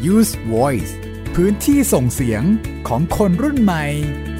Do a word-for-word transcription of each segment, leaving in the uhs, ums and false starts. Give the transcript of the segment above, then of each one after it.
Use Voice พื้นที่ส่งเสียงของคนรุ่นใหม่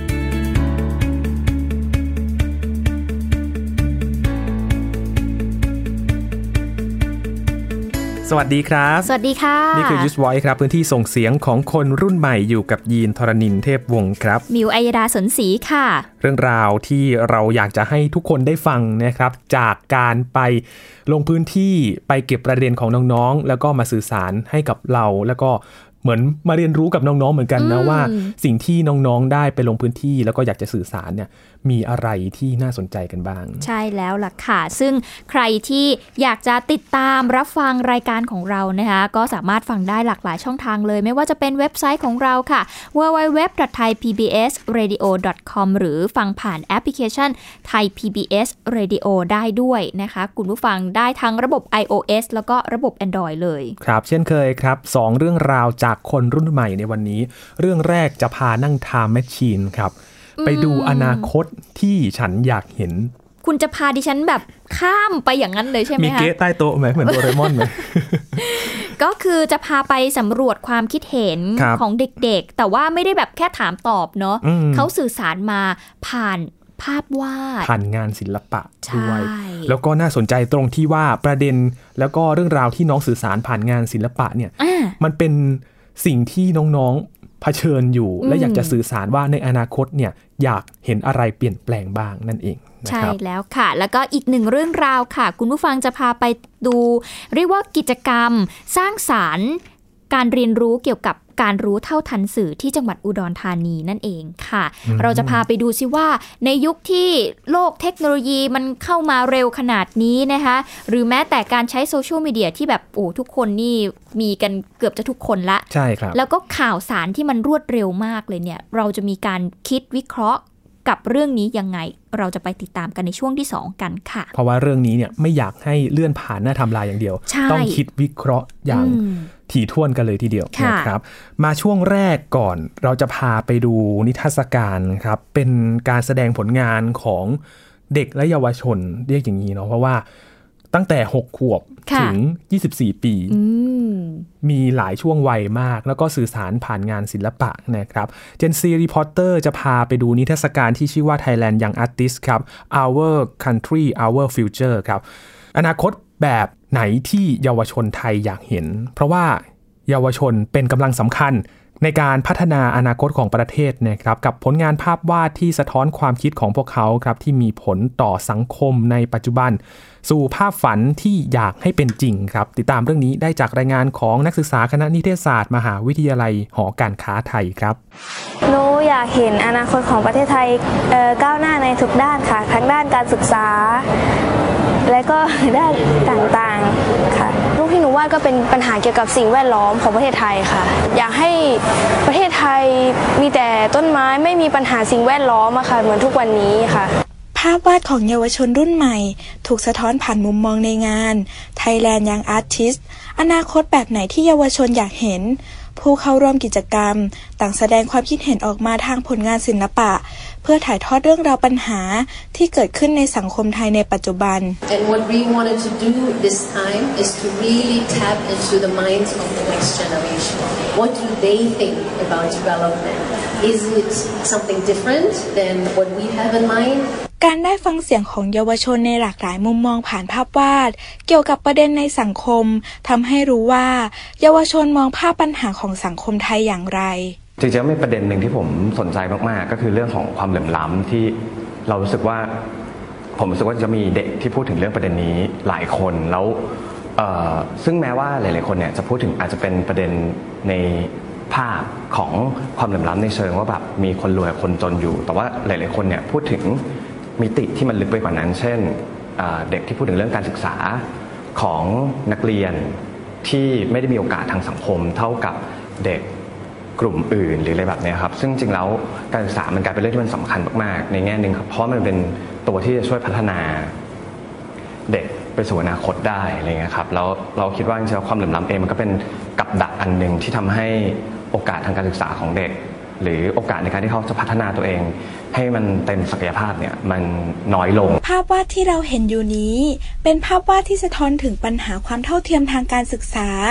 สวัสดีครับสวัสดีค่ะนี่คือ Use Voice ครับพื้นที่ส่งเสียงของคนรุ่นใหม่อยู่กับยีนธรณินทร์เทพวงศ์ครับมิวอัยดาสนศรีค่ะเรื่องราวที่เราอยากจะให้ทุกคนได้ฟังนะครับจากการไปลงพื้นที่ไปเก็บประเด็นของน้องๆแล้วก็มาสื่อสารให้กับเราแล้วก็เหมือนมาเรียนรู้กับน้องๆเหมือนกันนะว่าสิ่งที่น้องๆได้ไปลงพื้นที่แล้วก็อยากจะสื่อสารเนี่ยมีอะไรที่น่าสนใจกันบ้างใช่แล้วล่ะค่ะซึ่งใครที่อยากจะติดตามรับฟังรายการของเรานะคะก็สามารถฟังได้หลากหลายช่องทางเลยไม่ว่าจะเป็นเว็บไซต์ของเราค่ะ ดับเบิลยู ดับเบิลยู ดับเบิลยู ดอท ไทย พี บี เอส เรดิโอ ดอท คอม หรือฟังผ่านแอปพลิเคชัน Thai พี บี เอส Radio ได้ด้วยนะคะคุณผู้ฟังได้ทั้งระบบ iOS แล้วก็ระบบ Android เลยครับเช่นเคยครับสองเรื่องราวจากคนรุ่นใหม่ในวันนี้เรื่องแรกจะพานั่ง Time Machine ครับไปดูอนาคตที่ฉันอยากเห็นคุณจะพาดิฉันแบบข้ามไปอย่างนั้นเลยใช่ไหมคะมีเก๊ะใต้โต๊ะไหมเหมือนโดเรมอนไหมก็คือจะพาไปสำรวจความคิดเห็นของเด็กๆแต่ว่าไม่ได้แบบแค่ถามตอบเนาะเขาสื่อสารมาผ่านภาพวาดผ่านงานศิลปะด้วยแล้วก็น่าสนใจตรงที่ว่าประเด็นแล้วก็เรื่องราวที่น้องสื่อสารผ่านงานศิลปะเนี่ยมันเป็นสิ่งที่น้องๆเผชิญอยู่และอยากจะสื่อสารว่าในอนาคตเนี่ยอยากเห็นอะไรเปลี่ยนแปลงบ้างนั่นเองนะครับใช่แล้วค่ะแล้วก็อีกหนึ่งเรื่องราวค่ะคุณผู้ฟังจะพาไปดูเรียกว่ากิจกรรมสร้างสรรค์การเรียนรู้เกี่ยวกับการรู้เท่าทันสื่อที่จังหวัดอุดรธานีนั่นเองค่ะเราจะพาไปดูซิว่าในยุคที่โลกเทคโนโลยีมันเข้ามาเร็วขนาดนี้นะคะหรือแม้แต่การใช้โซเชียลมีเดียที่แบบโอ้ทุกคนนี่มีกันเกือบจะทุกคนละใช่ครับแล้วก็ข่าวสารที่มันรวดเร็วมากเลยเนี่ยเราจะมีการคิดวิเคราะห์กับเรื่องนี้ยังไงเราจะไปติดตามกันในช่วงที่สองกันค่ะเพราะว่าเรื่องนี้เนี่ยไม่อยากให้เลื่อนผ่านหน้าไทม์ไลน์อย่างเดียวต้องคิดวิเคราะห์อย่างถี่ถ้วนกันเลยทีเดียวนะครับมาช่วงแรกก่อนเราจะพาไปดูนิทรรศการครับเป็นการแสดงผลงานของเด็กและเยาวชนเรียกอย่างนี้เนาะเพราะว่าตั้งแต่หกขวบถึงยี่สิบสี่ปีมีหลายช่วงวัยมากแล้วก็สื่อสารผ่านงานศิลปะนะครับ Gen Z Reporter จะพาไปดูนิทรรศการที่ชื่อว่า Thailand Young Artist ครับ Our Country Our Future ครับอนาคตแบบไหนที่เยาวชนไทยอยากเห็นเพราะว่าเยาวชนเป็นกำลังสำคัญในการพัฒนาอนาคตของประเทศนะครับกับผลงานภาพวาดที่สะท้อนความคิดของพวกเขาครับที่มีผลต่อสังคมในปัจจุบันสู่ภาพฝันที่อยากให้เป็นจริงครับติดตามเรื่องนี้ได้จากรายงานของนักศึกษาคณะนิเทศศาสตร์มหาวิทยาลัยหอการค้าไทยครับหนูอยากเห็นอนาคตของประเทศไทยเอ่อก้าวหน้าในทุกด้านค่ะทั้งด้านการศึกษาและก็ด้านต่างๆค่ะรูปที่หนูวาดก็เป็นปัญหาเกี่ยวกับสิ่งแวดล้อมของประเทศไทยค่ะอยากให้ประเทศไทยมีแต่ต้นไม้ไม่มีปัญหาสิ่งแวดล้อมอะค่ะเหมือนทุกวันนี้ค่ะภาพวาดของเยาวชนรุ่นใหม่ถูกสะท้อนผ่านมุมมองในงาน Thailand Young Artist อนาคตแบบไหนที่เยาวชนอยากเห็นผู้เข้าร่วมกิจกรรมต่างแสดงความคิดเห็นออกมาทางผลงานศิลปะเพื่อถ่ายทอดเรื่องราวปัญหาที่เกิดขึ้นในสังคมไทยในปัจจุบัน And what we wanted to do this time is to really tap into the minds of the next generation. What do they think about development? Is it something different than what we have in mind? การได้ฟังเสียงของเยาวชนในหลากหลายมุมมองผ่านภาพวาดเกี่ยวกับประเด็นในสังคมทำให้รู้ว่าเยาวชนมองภาพปัญหาของสังคมไทยอย่างไรจริงๆมีประเด็นหนึ่งที่ผมสนใจมากๆก็คือเรื่องของความเหลื่อมล้ำที่เรารู้สึกว่าผมรู้สึกว่าจะมีเด็กที่พูดถึงเรื่องประเด็นนี้หลายคนแล้วซึ่งแม้ว่าหลายๆคนเนี่ยจะพูดถึงอาจจะเป็นประเด็นในภาพของความเหลื่อมล้ำในเชิงว่าแบบมีคนรวยกับคนจนอยู่แต่ว่าหลายๆคนเนี่ยพูดถึงมิติที่มันลึกไปกว่านั้นเช่นเด็กที่พูดถึงเรื่องการศึกษาของนักเรียนที่ไม่ได้มีโอกาสทางสังคมเท่ากับเด็กกลุ่มอื่นหรืออะไรแบบนี้ครับซึ่งจริงแล้วการศึกษามันกลายเป็นเรื่องที่มันสำคัญมากๆในแง่นึงเพราะมันเป็นตัวที่จะช่วยพัฒนาเด็กไปสู่อนาคตได้อะไรเงี้ยครับแล้วเราคิดว่าจริงๆความเหลื่อมล้ำเองมันก็เป็นกับดักอันนึงที่ทำให้โอกาสทางการศึกษาของเด็กหรือโอกาสในการที่เขาจะพัฒนาตัวเองให้มันเต็มศักยภาพเนี่ยมันน้อยลงภาพวาดที่เราเห็นอยู่นี้เป็นภาพวาดที่สะท้อนถึงปัญหาความเท่าเทียมทางการศึกษา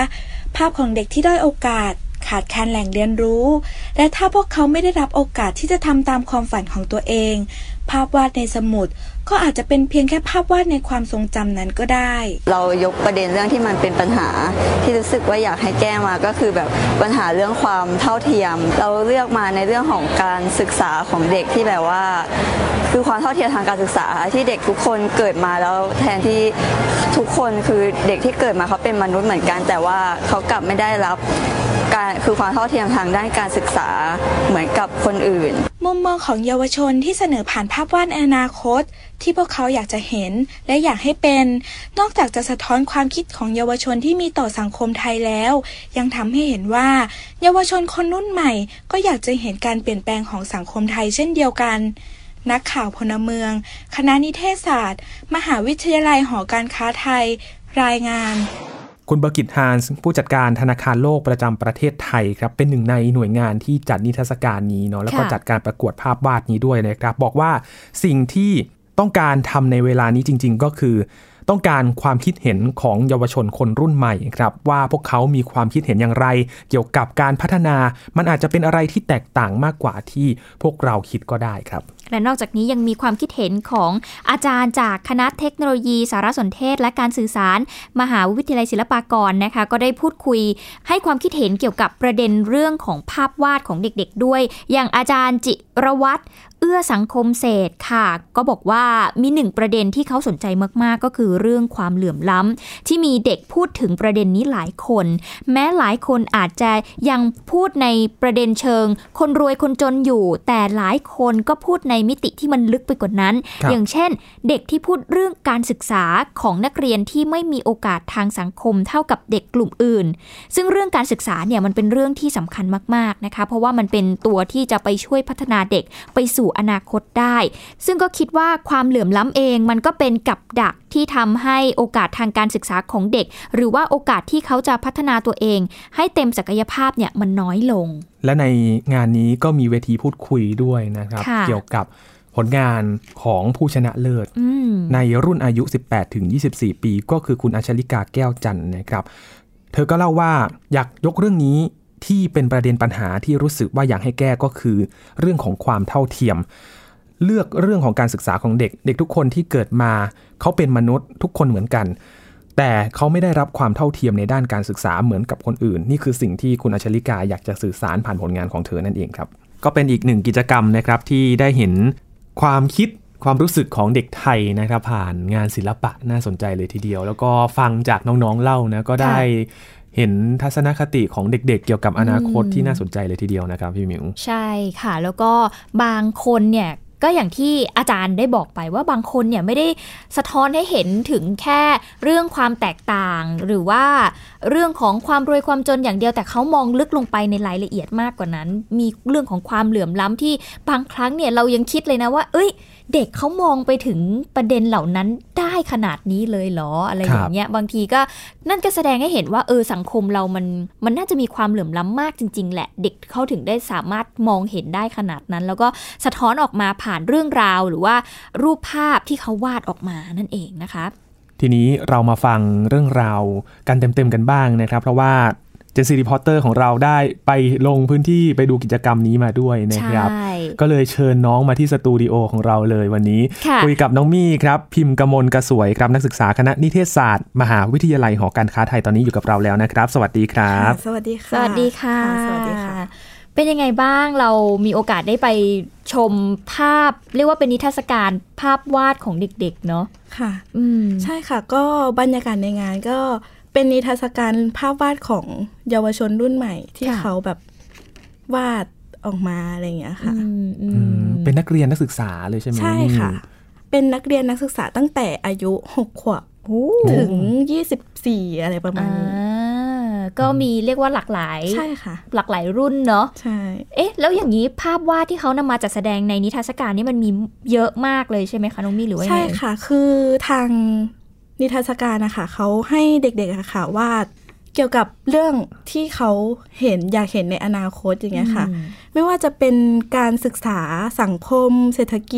ภาพของเด็กที่ด้อยโอกาสขาดแคลนแหล่งเรียนรู้และถ้าพวกเขาไม่ได้รับโอกาสที่จะทำตามความฝันของตัวเองภาพวาดในสมุดก็อาจจะเป็นเพียงแค่ภาพวาดในความทรงจำนั้นก็ได้เรายกประเด็นเรื่องที่มันเป็นปัญหาที่รู้สึกว่าอยากให้แก้มาก็คือแบบปัญหาเรื่องความเท่าเทียมเราเลือกมาในเรื่องของการศึกษาของเด็กที่แบบว่าคือความเท่าเทียมทางการศึกษาที่เด็กทุกคนเกิดมาแล้วแทนที่ทุกคนคือเด็กที่เกิดมาเขาเป็นมนุษย์เหมือนกันแต่ว่าเขากลับไม่ได้รับการคือความเท่าเทียมทางด้านการศึกษาเหมือนกับคนอื่นมุมมองของเยาวชนที่เสนอผ่านภาพวาดในอนาคตที่พวกเขาอยากจะเห็นและอยากให้เป็นนอกจากจะสะท้อนความคิดของเยาวชนที่มีต่อสังคมไทยแล้วยังทำให้เห็นว่าเยาวชนคนรุ่นใหม่ก็อยากจะเห็นการเปลี่ยนแปลงของสังคมไทยเช่นเดียวกันนักข่าวพลเมืองคณะนิเทศศาสตร์มหาวิทยาลัยหอการค้าไทยรายงานคุณเบอร์กิต ฮานส์ผู้จัดการธนาคารโลกประจำประเทศไทยครับเป็นหนึ่งในหน่วยงานที่จัดนิทรรศการนี้เนาะแล้วก็จัดการประกวดภาพวาดนี้ด้วยนะครับบอกว่าสิ่งที่ต้องการทำในเวลานี้จริงๆก็คือต้องการความคิดเห็นของเยาวชนคนรุ่นใหม่ครับว่าพวกเขามีความคิดเห็นอย่างไรเกี่ยวกับการพัฒนามันอาจจะเป็นอะไรที่แตกต่างมากกว่าที่พวกเราคิดก็ได้ครับและนอกจากนี้ยังมีความคิดเห็นของอาจารย์จากคณะเทคโนโลยีสารสนเทศและการสื่อสารมหาวิทยาลัยศิลปากรนะคะก็ได้พูดคุยให้ความคิดเห็นเกี่ยวกับประเด็นเรื่องของภาพวาดของเด็กๆด้วยอย่างอาจารย์จิรวัตรเอื้อสังคมเศรษฐ์ค่ะก็บอกว่ามีหนึ่งประเด็นที่เขาสนใจมากๆก็คือเรื่องความเหลื่อมล้ำที่มีเด็กพูดถึงประเด็นนี้หลายคนแม้หลายคนอาจจะยังพูดในประเด็นเชิงคนรวยคนจนอยู่แต่หลายคนก็พูดในมิติที่มันลึกไปกว่านั้นอย่างเช่นเด็กที่พูดเรื่องการศึกษาของนักเรียนที่ไม่มีโอกาสทางสังคมเท่ากับเด็กกลุ่มอื่นซึ่งเรื่องการศึกษาเนี่ยมันเป็นเรื่องที่สำคัญมากๆนะคะเพราะว่ามันเป็นตัวที่จะไปช่วยพัฒนาเด็กไปสู่อนาคตได้ซึ่งก็คิดว่าความเหลื่อมล้ำเองมันก็เป็นกับดักที่ทำให้โอกาสทางการศึกษาของเด็กหรือว่าโอกาสที่เขาจะพัฒนาตัวเองให้เต็มศักยภาพเนี่ยมันน้อยลงและในงานนี้ก็มีเวทีพูดคุยด้วยนะครับเกี่ยวกับผลงานของผู้ชนะเลิศในรุ่นอายุ สิบแปดถึงยี่สิบสี่ ปีก็คือคุณอัชริกาแก้วจันทร์นะครับเธอก็เล่าว่าอยากยกเรื่องนี้ที่เป็นประเด็นปัญหาที่รู้สึกว่าอยากให้แก้ก็คือเรื่องของความเท่าเทียมเลือกเรื่องของการศึกษาของเด็กเด็กทุกคนที่เกิดมาเขาเป็นมนุษย์ทุกคนเหมือนกันแต่เขาไม่ได้รับความเท่าเทียมในด้านการศึกษาเหมือนกับคนอื่นนี่คือสิ่งที่คุณอัชริกาอยากจะสื่อสารผ่านผลงานของเธอนั่นเองครับก็เป็นอีกหนึ่งกิจกรรมนะครับที่ได้เห็นความคิดความรู้สึกของเด็กไทยนะครับผ่านงานศิลปะน่าสนใจเลยทีเดียวแล้วก็ฟังจากน้องๆเล่านะก็ได้เห็นทัศนคติของเด็กๆเกี่ยวกับอนาคตที่น่าสนใจเลยทีเดียวนะครับพี่มิวใช่ค่ะแล้วก็บางคนเนี่ยก็อย่างที่อาจารย์ได้บอกไปว่าบางคนเนี่ยไม่ได้สะท้อนให้เห็นถึงแค่เรื่องความแตกต่างหรือว่าเรื่องของความรวยความจนอย่างเดียวแต่เขามองลึกลงไปในรายละเอียดมากกว่านั้นมีเรื่องของความเหลื่อมล้ำที่บางครั้งเนี่ยเรายังคิดเลยนะว่าเอ้ยเด็กเขามองไปถึงประเด็นเหล่านั้นได้ขนาดนี้เลยเหรออะไรอย่างเงี้ยบางทีก็นั่นก็แสดงให้เห็นว่าเออสังคมเรามันมันน่าจะมีความเหลื่อมล้ำมากจริงๆแหละเด็กเขาถึงได้สามารถมองเห็นได้ขนาดนั้นแล้วก็สะท้อนออกมาผ่านเรื่องราวหรือว่ารูปภาพที่เขาวาดออกมานั่นเองนะคะทีนี้เรามาฟังเรื่องราวกันเต็มๆกันบ้างนะครับเพราะว่าเจนซีรีพอร์เตอร์ของเราได้ไปลงพื้นที่ไปดูกิจกรรมนี้มาด้วยนะครับก็เลยเชิญน้องมาที่สตูดิโอของเราเลยวันนี้คุยกับน้องมี่ครับพิมพ์กมลกระสวยครับนักศึกษาคณะนิเทศศาสตร์มหาวิทยาลัยหอการค้าไทยตอนนี้อยู่กับเราแล้วนะครับสวัสดีครับสวัสดีค่ะสวัสดีค่ะสวัสดีค่ะเป็นยังไงบ้างเรามีโอกาสได้ไปชมภาพเรียกว่าเป็นนิทรรศการภาพวาดของเด็กๆเนาะค่ะอืมใช่ค่ะก็บรรยากาศในงานก็เป็นนิทรรศการภาพวาดของเยาวชนรุ่นใหม่ที่เขาแบบวาดออกมาอะไรอย่างเงี้ยค่ะเป็นนักเรียนนักศึกษาเลยใช่ไหมใช่ค่ะเป็นนักเรียนนักศึกษาตั้งแต่อายุหกขวบถึงยี่สิบสี่อะไรประมาณนี้ก็มีเรียกว่าหลากหลายใช่ค่ะหลากหลายรุ่นเนาะใช่เอ๊ะแล้วอย่างนี้ภาพวาดที่เขานำมาจัดแสดงในนิทรรศการนี้มันมีเยอะมากเลยใช่ไหมคะน้องมี่หรือว่าไงใช่ค่ะคือทางนิทรรศการนะคะเขาให้เด็กๆค่ะวาดเกี่ยวกับเรื่องที่เขาเห็นอยากเห็นในอนาคตอย่างเงี้ยค่ะไม่ว่าจะเป็นการศึกษาสังคมเศรษฐกิจ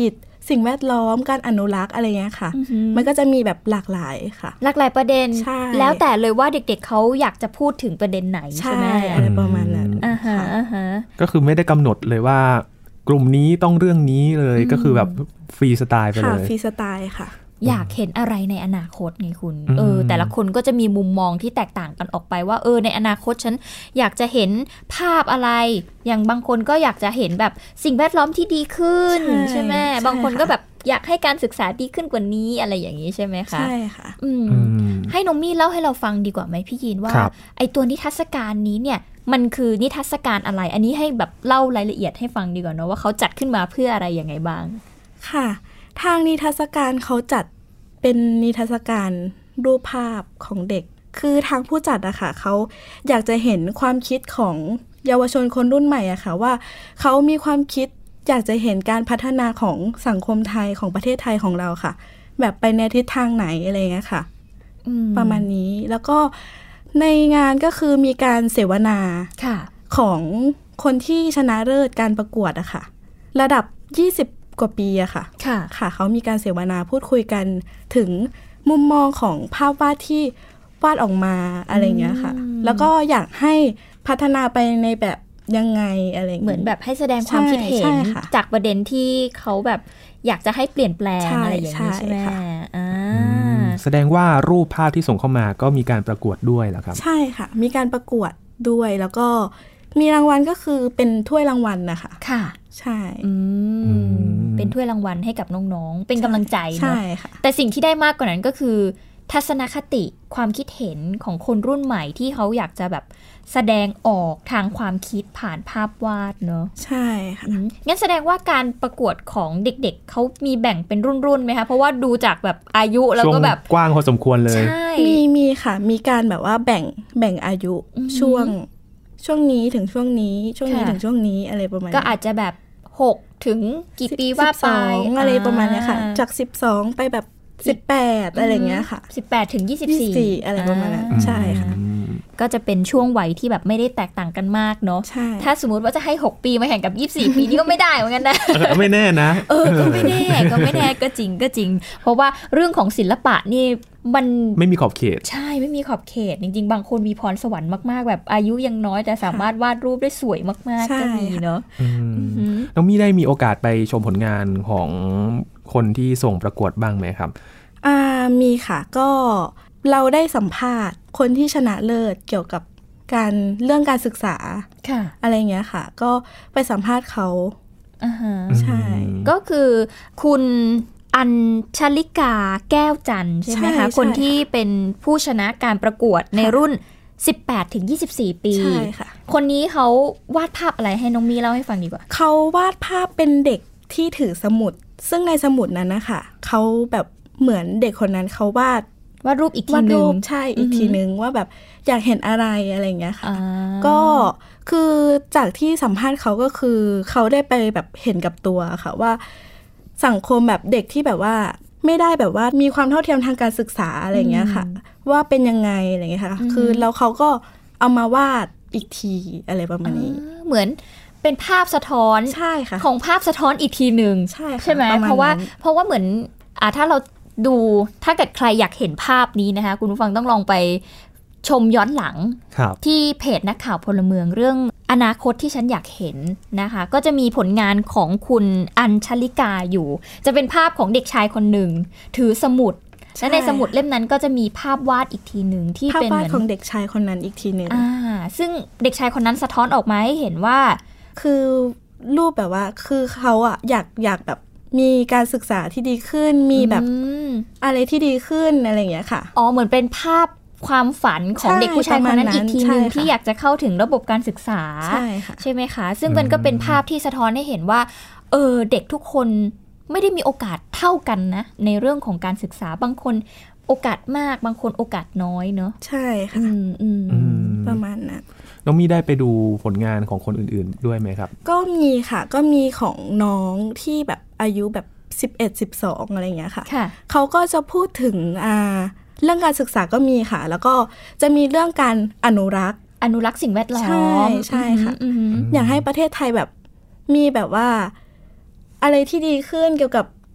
สิ่งแวดล้อมการอนุรักษ์อะไรเงี้ยค่ะมันก็จะมีแบบหลากหลายค่ะหลากหลายประเด็นแล้วแต่เลยว่าเด็กๆเขาอยากจะพูดถึงประเด็นไหนใช่ไหมอะไรประมาณนั้นอ่าฮะอ่าฮะก็คือไม่ได้กำหนดเลยว่ากลุ่มนี้ต้องเรื่องนี้เลยก็คือแบบฟรีสไตล์ไปเลยค่ะฟรีสไตล์ค่ะอยากเห็นอะไรในอนาคตไงคุณเออแต่ละคนก็จะมีมุมมองที่แตกต่างกันออกไปว่าเออในอนาคตฉันอยากจะเห็นภาพอะไรอย่างบางคนก็อยากจะเห็นแบบสิ่งแวดล้อมที่ดีขึ้นใช่ไหมบางคนก็แบบอยากให้การศึกษาดีขึ้นกว่านี้อะไรอย่างนี้ใช่ไหมคะใช่ค่ะอืมให้น้องมี่เล่าให้เราฟังดีกว่าไหมพี่ยีนว่าไอตัวนิทรรศการนี้เนี่ยมันคือนิทรรศการอะไรอันนี้ให้แบบเล่ารายละเอียดให้ฟังดีกว่าเนาะว่าเขาจัดขึ้นมาเพื่ออะไรยังไงบ้างค่ะทางนิทรรศการเขาจัดเป็นนิทรรศการรูปภาพของเด็กคือทางผู้จัดอะค่ะเขาอยากจะเห็นความคิดของเยาวชนคนรุ่นใหม่อะค่ะว่าเขามีความคิดอยากจะเห็นการพัฒนาของสังคมไทยของประเทศไทยของเราค่ะแบบไปในทิศทางไหนอะไรเงี้ยค่ะประมาณนี้แล้วก็ในงานก็คือมีการเสวนาของคนที่ชนะเลิศการประกวดอะค่ะระดับยี่สิบกว่าปีอะค่ะค่ะค่ะเขามีการเสวนาพูดคุยกันถึงมุมมองของภาพวาดที่วาดออกมาอะไรเงี้ยค่ะแล้วก็อยากให้พัฒนาไปในแบบยังไงอะไรเหมือนแบบให้แสดงความคิดเห็นจากประเด็นที่เขาแบบอยากจะให้เปลี่ยนแปลงอะไรอย่างนี้ใช่ไหมอ่าแสดงว่ารูปภาพที่ส่งเข้ามาก็มีการประกวดด้วยเหรอครับใช่ค่ะมีการประกวดด้วยแล้วก็มีรางวัลก็คือเป็นถ้วยรางวัลนะคะค่ะใช่เป็นถ้วยรางวัลให้กับน้องๆเป็นกำลังใจเนอะแต่สิ่งที่ได้มากกว่านั้นก็คือทัศนคติความคิดเห็นของคนรุ่นใหม่ที่เขาอยากจะแบบแสดงออกทางความคิดผ่านภาพวาดเนอะใช่ค่ะงั้นแสดงว่าการประกวดของเด็กๆเขามีแบ่งเป็นรุ่นๆไหมคะเพราะว่าดูจากแบบอายุแล้วก็แบบกว้างพอสมควรเลยมีมีค่ะมีการแบบว่าแบ่งแบ่งอายุช่วงช่วงนี้ถึงช่วงนี้ช่วงนี้ถึงช่วงนี้อะไรประมาณก็อาจจะแบบหกถึงกี่ปีว่าไปอะไรประมาณนี้ค่ะจากสิบสองไปแบบสิบแปดอะไรเงี้ยค่ะสิบแปดถึงยี่สิบสี่อะไรประมาณนั้นใช่ค่ะก็จะเป็นช่วงวัยที่แบบไม่ได้แตกต่างกันมากเนาะถ้าสมมุติว่าจะให้หกปีมาแข่งกับยี่สิบสี่ปีนี่ก็ไม่ได้เหมือนกันนะไม่แน่นะเออก็ไม่แน่ก็ไม่แน่ก็จริงก็จริงเพราะว่าเรื่องของศิลปะนี่มันไม่มีขอบเขตใช่ไม่มีขอบเขตจริงๆบางคนมีพรสวรรค์มากๆแบบอายุยังน้อยแต่สามารถวาดรูปได้สวยมากๆก็มีเนาะน้องมี่ได้มีโอกาสไปชมผลงานของคนที่ส่งประกวดบ้างไหมครับอ่ามีค่ะก็เราได้สัมภาษณ์คนที่ชนะเลิศเกี่ยวกับการเรื่องการศึกษาอะไรเงี้ยค่ะก็ไปสัมภาษณ์เขาอ่าฮะใช่ก็คือคุณอัญชลิกาแก้วจันทร์ใช่ไหมคะคนที่เป็นผู้ชนะการประกวดในรุ่นสิบแปดถึงยี่สิบสี่ปีใช่ค่ะคนนี้เขาวาดภาพอะไรให้น้องมีเล่าให้ฟังดีกว่าเขาวาดภาพเป็นเด็กที่ถือสมุดซึ่งในสมุดนั้นนะคะเขาแบบเหมือนเด็กคนนั้นเขาวาดวาดรูปอีกทีนึงใช่อีกทีนึงว่าแบบอยากเห็นอะไรอะไรอย่างเงี้ยค่ะก็คือจากที่สัมภาษณ์เขาก็คือเขาได้ไปแบบเห็นกับตัวค่ะว่าสังคมแบบเด็กที่แบบว่าไม่ได้แบบว่ามีความเท่าเทียมทางการศึกษาอะไรอย่างเงี้ยค่ะว่าเป็นยังไงอะไรอย่างเงี้ยค่ะคือแล้วเขาก็เอามาวาดอีกทีอะไรประมาณนี้เหมือนเป็นภาพสะท้อนใช่ค่ะของภาพสะท้อนอีกทีนึงใช่ใช่ไหมเพราะว่าเพราะว่าเหมือนอ่าถ้าเราดูถ้าเกิดใครอยากเห็นภาพนี้นะคะคุณผู้ฟังต้องลองไปชมย้อนหลังที่เพจนักข่าวพลเมืองเรื่องอนาคตที่ฉันอยากเห็นนะคะก็จะมีผลงานของคุณอัญชลิกาอยู่จะเป็นภาพของเด็กชายคนหนึ่งถือสมุดและในสมุดเล่มนั้นก็จะมีภาพวาดอีกทีหนึ่งที่เป็นเหมือนภาพวาดของเด็กชายคนนั้นอีกทีหนึ่งอ่าซึ่งเด็กชายคนนั้นสะท้อนออกมาให้เห็นว่าคือรูปแบบว่าคือเขาอะอยากอยากแบบมีการศึกษาที่ดีขึ้นมีแบบอะไรที่ดีขึ้นอะไรอย่างเงี้ยค่ะอ๋อเหมือนเป็นภาพความฝันของเด็กผู้ชายคนนั้นอีกทีนึงที่อยากจะเข้าถึงระบบการศึกษาใช่ค่ะใช่ไหมคะซึ่งมันก็เป็นภาพที่สะท้อนให้เห็นว่าเออเด็กทุกคนไม่ได้มีโอกาสเท่ากันนะในเรื่องของการศึกษาบางคนโอกาสมากบางคนโอกาสน้อยเนอะใช่ค่ะประมาณนั้นน้องมีได้ไปดูผลงานของคนอื่นๆด้วยไหมครับก็มีค่ะก็มีของน้องที่แบบอายุแบบสิบเอ็ด สิบสองอะไรอย่างเงี้ยค่ะเขาก็จะพูดถึงอ่าเรื่องการศึกษาก็มีค่ะแล้วก็จะมีเรื่องการอนุรักษ์อนุรักษ์สิ่งแวดล้อมใช่ใช่ค่ะอยากให้ประเทศไทยแบบมีแบบว่าอะไรที่ดีขึ้นเกี่ยวกับ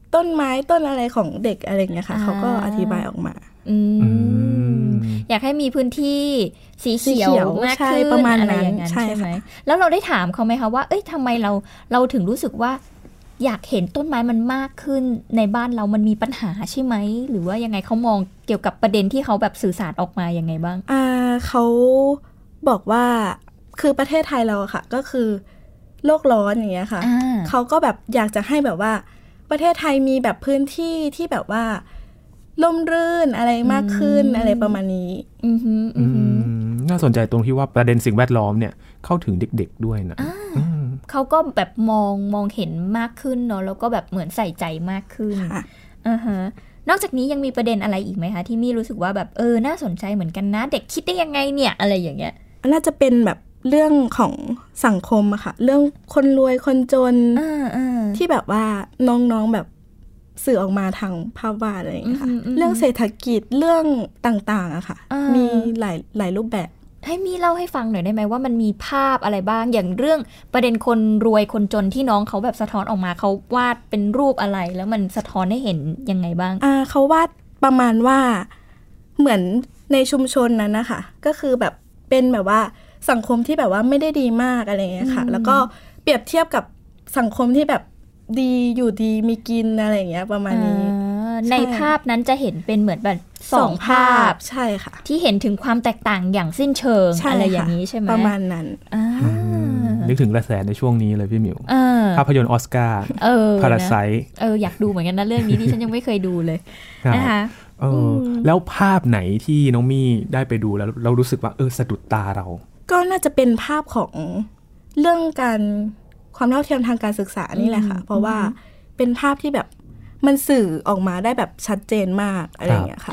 ต้นไม้ต้นอะไรของเด็กอะไรอย่างเงี้ยค่ะเขาก็อธิบายออกมาอืมอยากให้มีพื้นที่สีเขียวมากขึ้นประมาณอะไรอย่างนั้นใช่ไหมแล้วเราได้ถามเขาไหมคะว่าเอ้ยทำไมเราเราถึงรู้สึกว่าอยากเห็นต้นไม้มันมากขึ้นในบ้านเรามันมีปัญหาใช่ไหมหรือว่ายังไงเขามองเกี่ยวกับประเด็นที่เขาแบบสื่อสารออกมายังไงบ้างอ่าเขาบอกว่าคือประเทศไทยเราอะค่ะก็คือโลกร้อนอย่างเงี้ยค่ะเขาก็แบบอยากจะให้แบบว่าประเทศไทยมีแบบพื้นที่ที่แบบว่าร่มรื่นอะไรมากขึ้นอะไรประมาณนี้น่าสนใจตรงที่ว่าประเด็นสิ่งแวดล้อมเนี่ยเข้าถึงเด็กๆด้วยนะเขาก็แบบมองมองเห็นมากขึ้นเนาะแล้วก็แบบเหมือนใส่ใจมากขึ้นอ่าฮะนอกจากนี้ยังมีประเด็นอะไรอีกไหมคะที่มี่รู้สึกว่าแบบเออน่าสนใจเหมือนกันนะเด็กคิดได้ยังไงเนี่ยอะไรอย่างเงี้ยน่าจะเป็นแบบเรื่องของสังคมอะค่ะเรื่องคนรวยคนจนที่แบบว่าน้องๆแบบสื่อออกมาทางภาพวาดอะไรอย่างเงี้ยค่ะเรื่องเศรษฐกิจเรื่องต่างๆอะค่ะมีหลายหลายรูปแบบให้มีเล่าให้ฟังหน่อยได้ไหมว่ามันมีภาพอะไรบ้างอย่างเรื่องประเด็นคนรวยคนจนที่น้องเขาแบบสะท้อนออกมาเขาวาดเป็นรูปอะไรแล้วมันสะท้อนให้เห็นยังไงบ้างอ่าเขาวาดประมาณว่าเหมือนในชุมชนนั้นนะคะก็คือแบบเป็นแบบว่าสังคมที่แบบว่าไม่ได้ดีมากอะไรอย่างเงี้ยค่ะแล้วก็เปรียบเทียบกับสังคมที่แบบดีอยู่ดีมีกินอะไรอย่างเงี้ยประมาณนี้ในภาพนั้นจะเห็นเป็นเหมือนแบบสองภาพใช่ค่ะที่เห็นถึงความแตกต่างอย่างสิ้นเชิงอะไรอย่างนี้ใช่ไหมประมาณนั้นนึกถึงกระแสในช่วงนี้เลยพี่หมิวภาพยนตร์ออสการ์พาราไซต์เอออยากดูเหมือนกันนะเรื่องนี้ที่ฉันยังไม่เคยดูเลยนะคะเออแล้วภาพไหนที่น้องมี่ได้ไปดูแล้วเรารู้สึกว่าเออสะดุดตาเราก็น่าจะเป็นภาพของเรื่องการความเท่าเทียมทางการศึกษานี่แหละค่ะเพราะว่าเป็นภาพที่แบบมันสื่อออกมาได้แบบชัดเจนมากอะไรอย่างเงี้ยค่ะ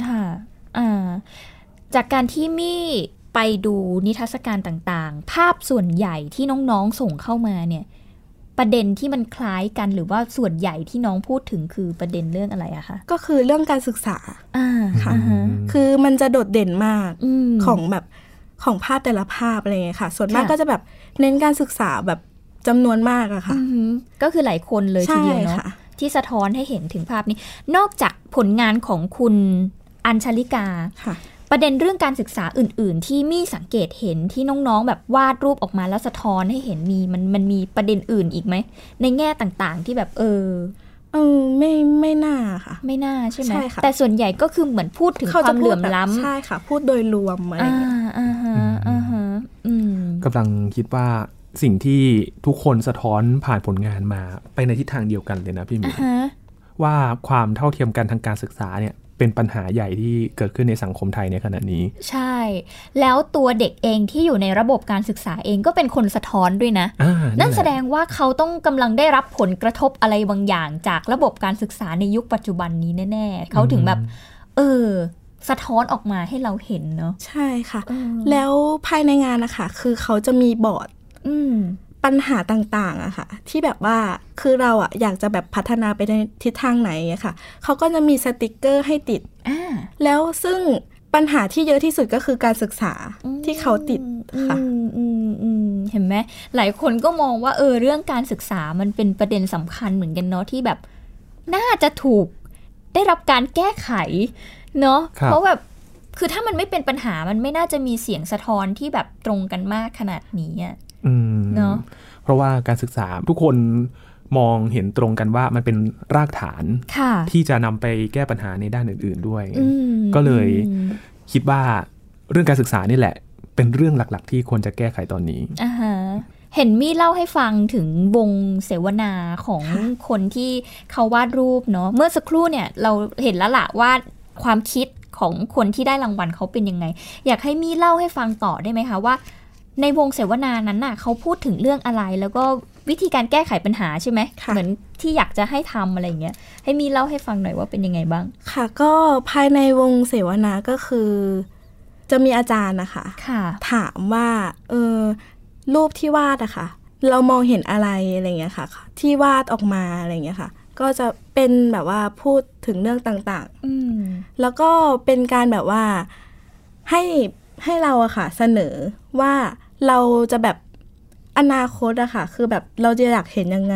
จากการที่มี่ไปดูนิทรรศการต่างๆภาพส่วนใหญ่ที่น้องๆส่งเข้ามาเนี่ยประเด็นที่มันคล้ายกันหรือว่าส่วนใหญ่ที่น้องพูดถึงคือประเด็นเรื่องอะไรอะคะก็คือเรื่องการศึกษาค่ะคือมันจะโดดเด่นมากของแบบของภาพแต่ละภาพอะไรเงี้ยค่ะส่วนมากก็จะแบบเน้นการศึกษาแบบจำนวนมากอะค่ะก็คือหลายคนเลยทีเดียวเนาะที่สะท้อนให้เห็นถึงภาพนี้นอกจากผลงานของคุณอัญชลิกาประเด็นเรื่องการศึกษาอื่นๆที่มี่สังเกตเห็นที่น้องๆแบบวาดรูปออกมาแล้วสะท้อนให้เห็นมีมันมันมีประเด็นอื่นอีกไหมในแง่ต่างๆที่แบบเออเออไม่ไม่น่าค่ะไม่น่าใช่ไหมแต่ส่วนใหญ่ก็คือเหมือนพูดถึงความเหลื่อมล้ำใช่ค่ะพูดโดยรวมอะไรอย่างเงี้ยอ่าฮะอ่าฮะกำลังคิดว่าสิ่งที่ทุกคนสะท้อนผ่านผลงานมาไปในทิศทางเดียวกันเลยนะพี่หมิว uh-huh. ว่าความเท่าเทียมกันทางการศึกษาเนี่ยเป็นปัญหาใหญ่ที่เกิดขึ้นในสังคมไทยในขณะนี้ใช่แล้วตัวเด็กเองที่อยู่ในระบบการศึกษาเองก็เป็นคนสะท้อนด้วยนะนั่นแสดงว่าเขาต้องกำลังได้รับผลกระทบอะไรบางอย่างจากระบบการศึกษาในยุคปัจจุบันนี้แน่ๆเขาถึงแบบเออสะท้อนออกมาให้เราเห็นเนาะใช่ค่ะแล้วภายในงานนะคะคือเขาจะมีบอร์ดปัญหาต่างๆอะค่ะที่แบบว่าคือเราอะอยากจะแบบพัฒนาไปในทิศทางไหนอะค่ะเขาก็จะมีสติกเกอร์ให้ติดแล้วซึ่งปัญหาที่เยอะที่สุดก็คือการศึกษาที่เขาติดค่ะเห็นไหมหลายคนก็มองว่าเออเรื่องการศึกษามันเป็นประเด็นสำคัญเหมือนกันเนาะที่แบบน่าจะถูกได้รับการแก้ไขเนาะเพราะแบบคือถ้ามันไม่เป็นปัญหามันไม่น่าจะมีเสียงสะท้อนที่แบบตรงกันมากขนาดนี้อะเนาะเพราะว่าการศึกษาทุกคนมองเห็นตรงกันว่ามันเป็นรากฐานที่จะนำไปแก้ปัญหาในด้านอื่นๆด้วยก็เลยคิดว่าเรื่องการศึกษานี่แหละเป็นเรื่องหลักๆที่ควรจะแก้ไขตอนนี้อ่าฮะเห็นมี่เล่าให้ฟังถึงวงเสวนาของคนที่เขาวาดรูปเนาะเมื่อสักครู่เนี่ยเราเห็นแล้วล่ะว่าความคิดของคนที่ได้รางวัลเขาเป็นยังไงอยากให้มี่เล่าให้ฟังต่อได้ไหมคะว่าในวงเสวนานั้นน่ะเขาพูดถึงเรื่องอะไรแล้วก็วิธีการแก้ไขปัญหาใช่ไหมเหมือนที่อยากจะให้ทำอะไรอย่างเงี้ยให้มีเล่าให้ฟังหน่อยว่าเป็นยังไงบ้างค่ะก็ภายในวงเสวนาก็คือจะมีอาจารย์นะคะถามว่าเออรูปที่วาดอะค่ะเรามองเห็นอะไรอะไรเงี้ยค่ะที่วาดออกมาอะไรเงี้ยค่ะก็จะเป็นแบบว่าพูดถึงเรื่องต่างๆแล้วก็เป็นการแบบว่าให้ให้เราอะค่ะเสนอว่าเราจะแบบอนาคตอะค่ะคือแบบเราจะอยากเห็นยังไง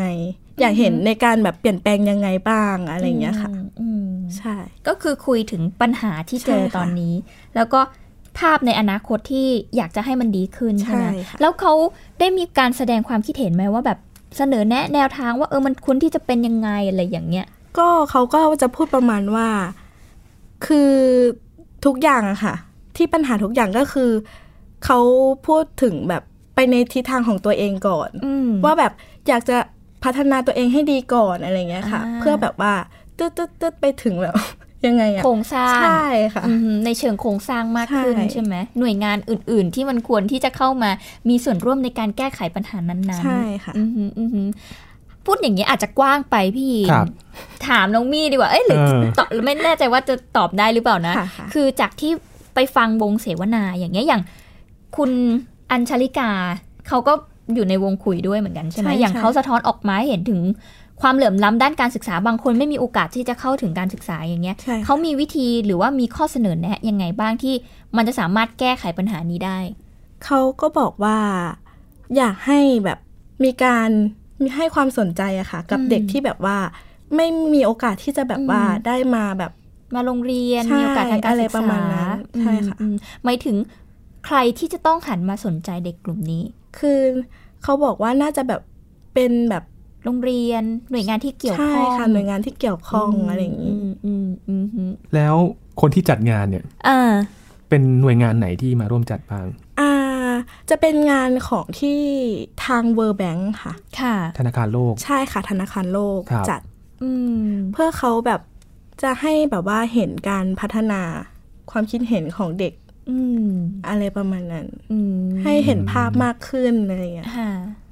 อยากเห็นในการแบบเปลี่ยนแปลงยังไงบ้างอะไรอย่างเงี้ยค่ะใช่ก็คือคุยถึงปัญหาที่เจอตอนนี้แล้วก็ภาพในอนาคตที่อยากจะให้มันดีขึ้นใช่ไหมแล้วเขาได้มีการแสดงความคิดเห็นไหมว่าแบบเสนอแนะแนวทางว่าเออมันควรที่จะเป็นยังไงอะไรอย่างเงี้ยก็เขาก็จะพูดประมาณว่าคือทุกอย่างอะค่ะที่ปัญหาทุกอย่างก็คือเขาพูดถึงแบบไปในทิศทางของตัวเองก่อนว่าแบบอยากจะพัฒนาตัวเองให้ดีก่อนอะไรเงี้ยค่ะเพื่อแบบว่าตึ๊ดตึ๊ดตึ๊ดไปถึงแบบยังไงอะโครงสร้างใช่ค่ะในเชิงโครงสร้างมากขึ้นใช่ไหมหน่วยงานอื่นๆที่มันควรที่จะเข้ามามีส่วนร่วมในการแก้ไขปัญหานั้นๆใช่ค่ะพูดอย่างนี้อาจจะกว้างไปพี่ถามน้องมี่ดีกว่าเอ้ยหรือตอบไม่แน่ใจว่าจะตอบได้หรือเปล่านะคือจากที่ไปฟังวงเสวนาอย่างเงี้ยอย่างคุณอัญชลิกาเขาก็อยู่ในวงคุยด้วยเหมือนกันใช่ไหมอย่างเขาสะท้อนออกมาเห็นถึงความเหลื่อมล้ำด้านการศึกษาบางคนไม่มีโอกาสที่จะเข้าถึงการศึกษาอย่างเงี้ยเขามีวิธีหรือว่ามีข้อเสนอแนะยังไงบ้างที่มันจะสามารถแก้ไขปัญหานี้ได้เขาก็บอกว่าอยากให้แบบมีการมีให้ความสนใจอะค่ะกับเด็กที่แบบว่าไม่มีโอกาสที่จะแบบว่าได้มาแบบมาโรงเรียนมีโอกาสทางการศึกษาใช่ค่ะหมายถึงใครที่จะต้องหันมาสนใจเด็กกลุ่มนี้คือเขาบอกว่าน่าจะแบบเป็นแบบโรงเรียนหน่วยงานที่เกี่ยวข้องใช่ค่ะหน่วยงานที่เกี่ยวข้องอะไรอย่างนี้แล้วคนที่จัดงานเนี่ยเป็นหน่วยงานไหนที่มาร่วมจัดบ้างอ่าจะเป็นงานของที่ทาง World Bank ค่ะค่ะธนาคารโลกใช่ค่ะธนาคารโลกจัดเพื่อเขาแบบจะให้แบบว่าเห็นการพัฒนาความคิดเห็นของเด็กอะไรประมาณนั้นให้เห็นภาพมากขึ้นอะไรอย่างเงี้ย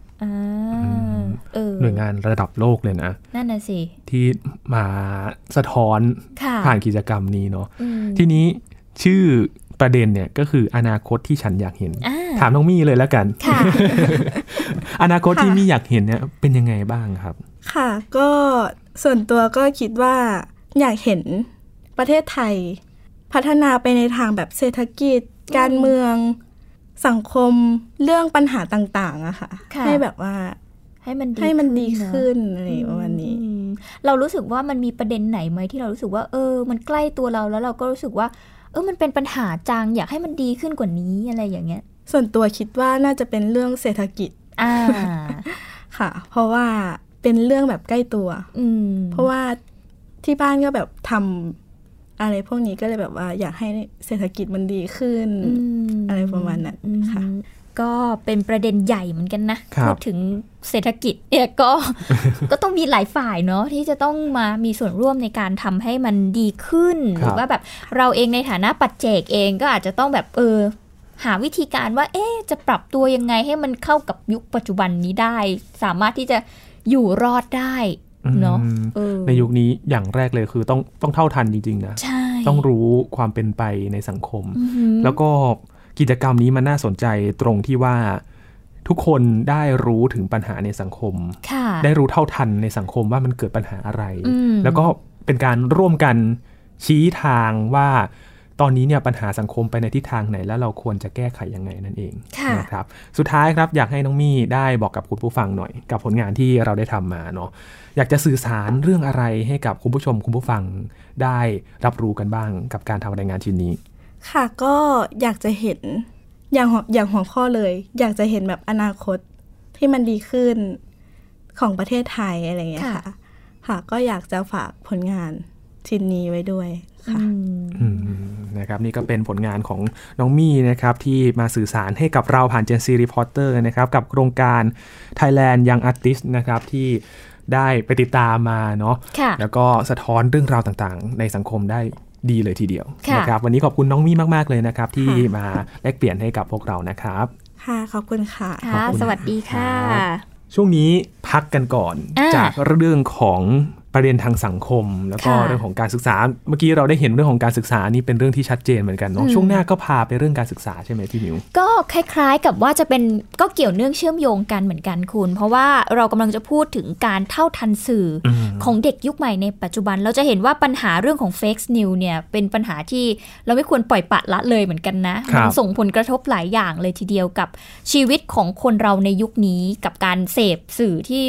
หน่วยงานระดับโลกเลยนะนั่นน่ะสิที่มาสะท้อนผ่านกิจกรรมนี้เนาะทีนี้ชื่อประเด็นเนี่ยก็คืออนาคตที่ฉันอยากเห็นถามน้องมี่เลยแล้วกัน อนาคตที่มี่อยากเห็นเนี่ยเป็นยังไงบ้างครับค่ะก็ส่วนตัวก็คิดว่าอยากเห็นประเทศไทยพัฒนาไปในทางแบบเศรษฐกิจการเมืองสังคมเรื่องปัญหาต่างๆอะค่ะให้แบบว่าให้มันให้มันดีขึ้นอะไรประมาณนี้เรารู้สึกว่ามันมีประเด็นไหนไหมที่เรารู้สึกว่าเออมันใกล้ตัวเราแล้วเราก็รู้สึกว่าเออมันเป็นปัญหาจังอยากให้มันดีขึ้นกว่านี้อะไรอย่างเงี้ยส่วนตัวคิดว่าน่าจะเป็นเรื่องเศรษฐกิจอ่าค่ะเพราะว่าเป็นเรื่องแบบใกล้ตัวเพราะว่าที่บ้านก็แบบทำอะไรพวกนี้ก็เลยแบบว่าอยากให้เศรษฐกิจมันดีขึ้น อ, อะไรประมาณนั้นค่ะก็เป็นประเด็นใหญ่เหมือนกันนะพูดถึงเศรษฐกิจเนี่ยก็ ก็ต้องมีหลายฝ่ายเนาะที่จะต้องมามีส่วนร่วมในการทำให้มันดีขึ้นหรือว่าแบบเราเองในฐานะปัจเจกเองก็อาจจะต้องแบบเออหาวิธีการว่าเอ๊ะจะปรับตัวยังไงให้มันเข้ากับยุคปัจจุบันนี้ได้สามารถที่จะอยู่รอดได้เนาะในยุคนี้อย่างแรกเลยคือต้องต้องเท่าทันจริงๆนะต้องรู้ความเป็นไปในสังคมแล้วก็กิจกรรมนี้มันน่าสนใจตรงที่ว่าทุกคนได้รู้ถึงปัญหาในสังคมได้รู้เท่าทันในสังคมว่ามันเกิดปัญหาอะไรแล้วก็เป็นการร่วมกันชี้ทางว่าตอนนี้เนี่ยปัญหาสังคมไปในทิศทางไหนแล้วเราควรจะแก้ไขยังไงนั่นเองนะครับสุดท้ายครับอยากให้น้องมี่ได้บอกกับคุณผู้ฟังหน่อยกับผลงานที่เราได้ทำมาเนาะอยากจะสื่อสารเรื่องอะไรให้กับคุณผู้ชมคุณผู้ฟังได้รับรู้กันบ้างกับการทำรายงานชิ้นนี้ค่ะก็อยากจะเห็นอย่างอย่างหัวข้อเลยอยากจะเห็นแบบอนาคตที่มันดีขึ้นของประเทศไทยอะไรอย่างเงี้ยค่ะค่ะก็อยากจะฝากผลงานชิ้นนี้ไว้ด้วยค่ะนะครับนี่ก็เป็นผลงานของน้องมี่นะครับที่มาสื่อสารให้กับเราผ่าน Gen Z Reporter นะครับกับโครงการ Thailand Young Artist นะครับที่ได้ไปติดตามมาเนาะแล้วก็สะท้อนเรื่องราวต่างๆในสังคมได้ดีเลยทีเดียวนะครับวันนี้ขอบคุณน้องมี่มากๆเลยนะครับที่มาแลกเปลี่ยนให้กับพวกเรานะครับค่ะขอบคุณค่ะสวัสดีค่ะช่วงนี้พักกันก่อนจากเรื่องของประเด็นทางสังคมแล้วก็เรื่องของการศึกษาเมื่อกี้เราได้เห็นเรื่องของการศึกษานี่เป็นเรื่องที่ชัดเจนเหมือนกันเนาะช่วงหน้าก็พาไปเรื่องการศึกษาใช่ไหมพี่มิวก็คล้ายๆกับว่าจะเป็นก็เกี่ยวเนื่องเชื่อมโยงกันเหมือนกันคุณเพราะว่าเรากำลังจะพูดถึงการเท่าทันสื่อของเด็กยุคใหม่ในปัจจุบันเราจะเห็นว่าปัญหาเรื่องของเฟกซ์นิวเนี่ยเป็นปัญหาที่เราไม่ควรปล่อยปละละเลยเหมือนกันนะมันส่งผลกระทบหลายอย่างเลยทีเดียวกับชีวิตของคนเราในยุคนี้กับการเสพสื่อที่แบบเอ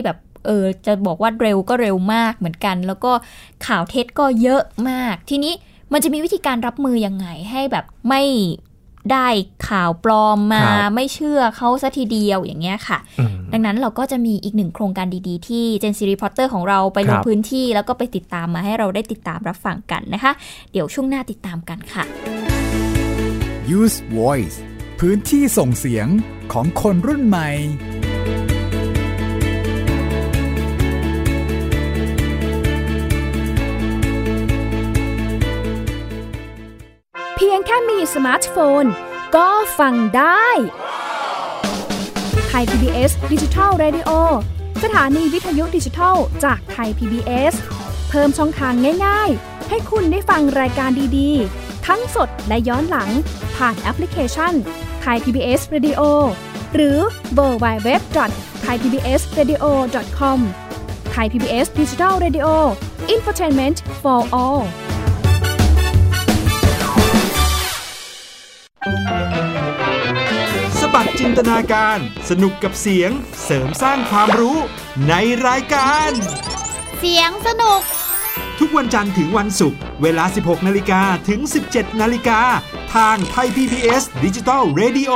เออจะบอกว่าเร็วก็เร็วมากเหมือนกันแล้วก็ข่าวเท็จก็เยอะมากทีนี้มันจะมีวิธีการรับมือยังไงให้แบบไม่ได้ข่าวปลอมมาไม่เชื่อเขาซะทีเดียวอย่างเงี้ยค่ะดังนั้นเราก็จะมีอีกหนึ่งโครงการดีๆที่ Gen Z Reporter ของเราไปลงพื้นที่แล้วก็ไปติดตามมาให้เราได้ติดตามรับฟังกันนะคะเดี๋ยวช่วงหน้าติดตามกันค่ะ Use Voice พื้นที่ส่งเสียงของคนรุ่นใหม่เพียงแค่มีสมาร์ทโฟนก็ฟังได้ไทย พี บี เอส Digital Radio สถานีวิทยุดิจิทัลจากไทย พี บี เอส เพิ่มช่องทางง่ายๆให้คุณได้ฟังรายการดีๆทั้งสดและย้อนหลังผ่านแอปพลิเคชัน Thai พี บี เอส Radio หรือ ดับเบิลยู ดับเบิลยู ดับเบิลยู ดอท ไทย พี บี เอส เรดิโอ ดอท คอม Thai พี บี เอส Digital Radio Infotainment for all สบัดจินตนาการสนุกกับเสียงเสริมสร้างความรู้ในรายการเสียงสนุกทุกวันจันทร์ถึงวันศุกร์เวลา สิบหกนาฬิกา ถึง สิบเจ็ดนาฬิกา ทางไทย พี บี เอส Digital Radio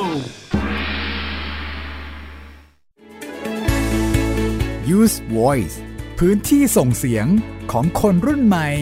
Use Voice พื้นที่ส่งเสียงของคนรุ่นใหม่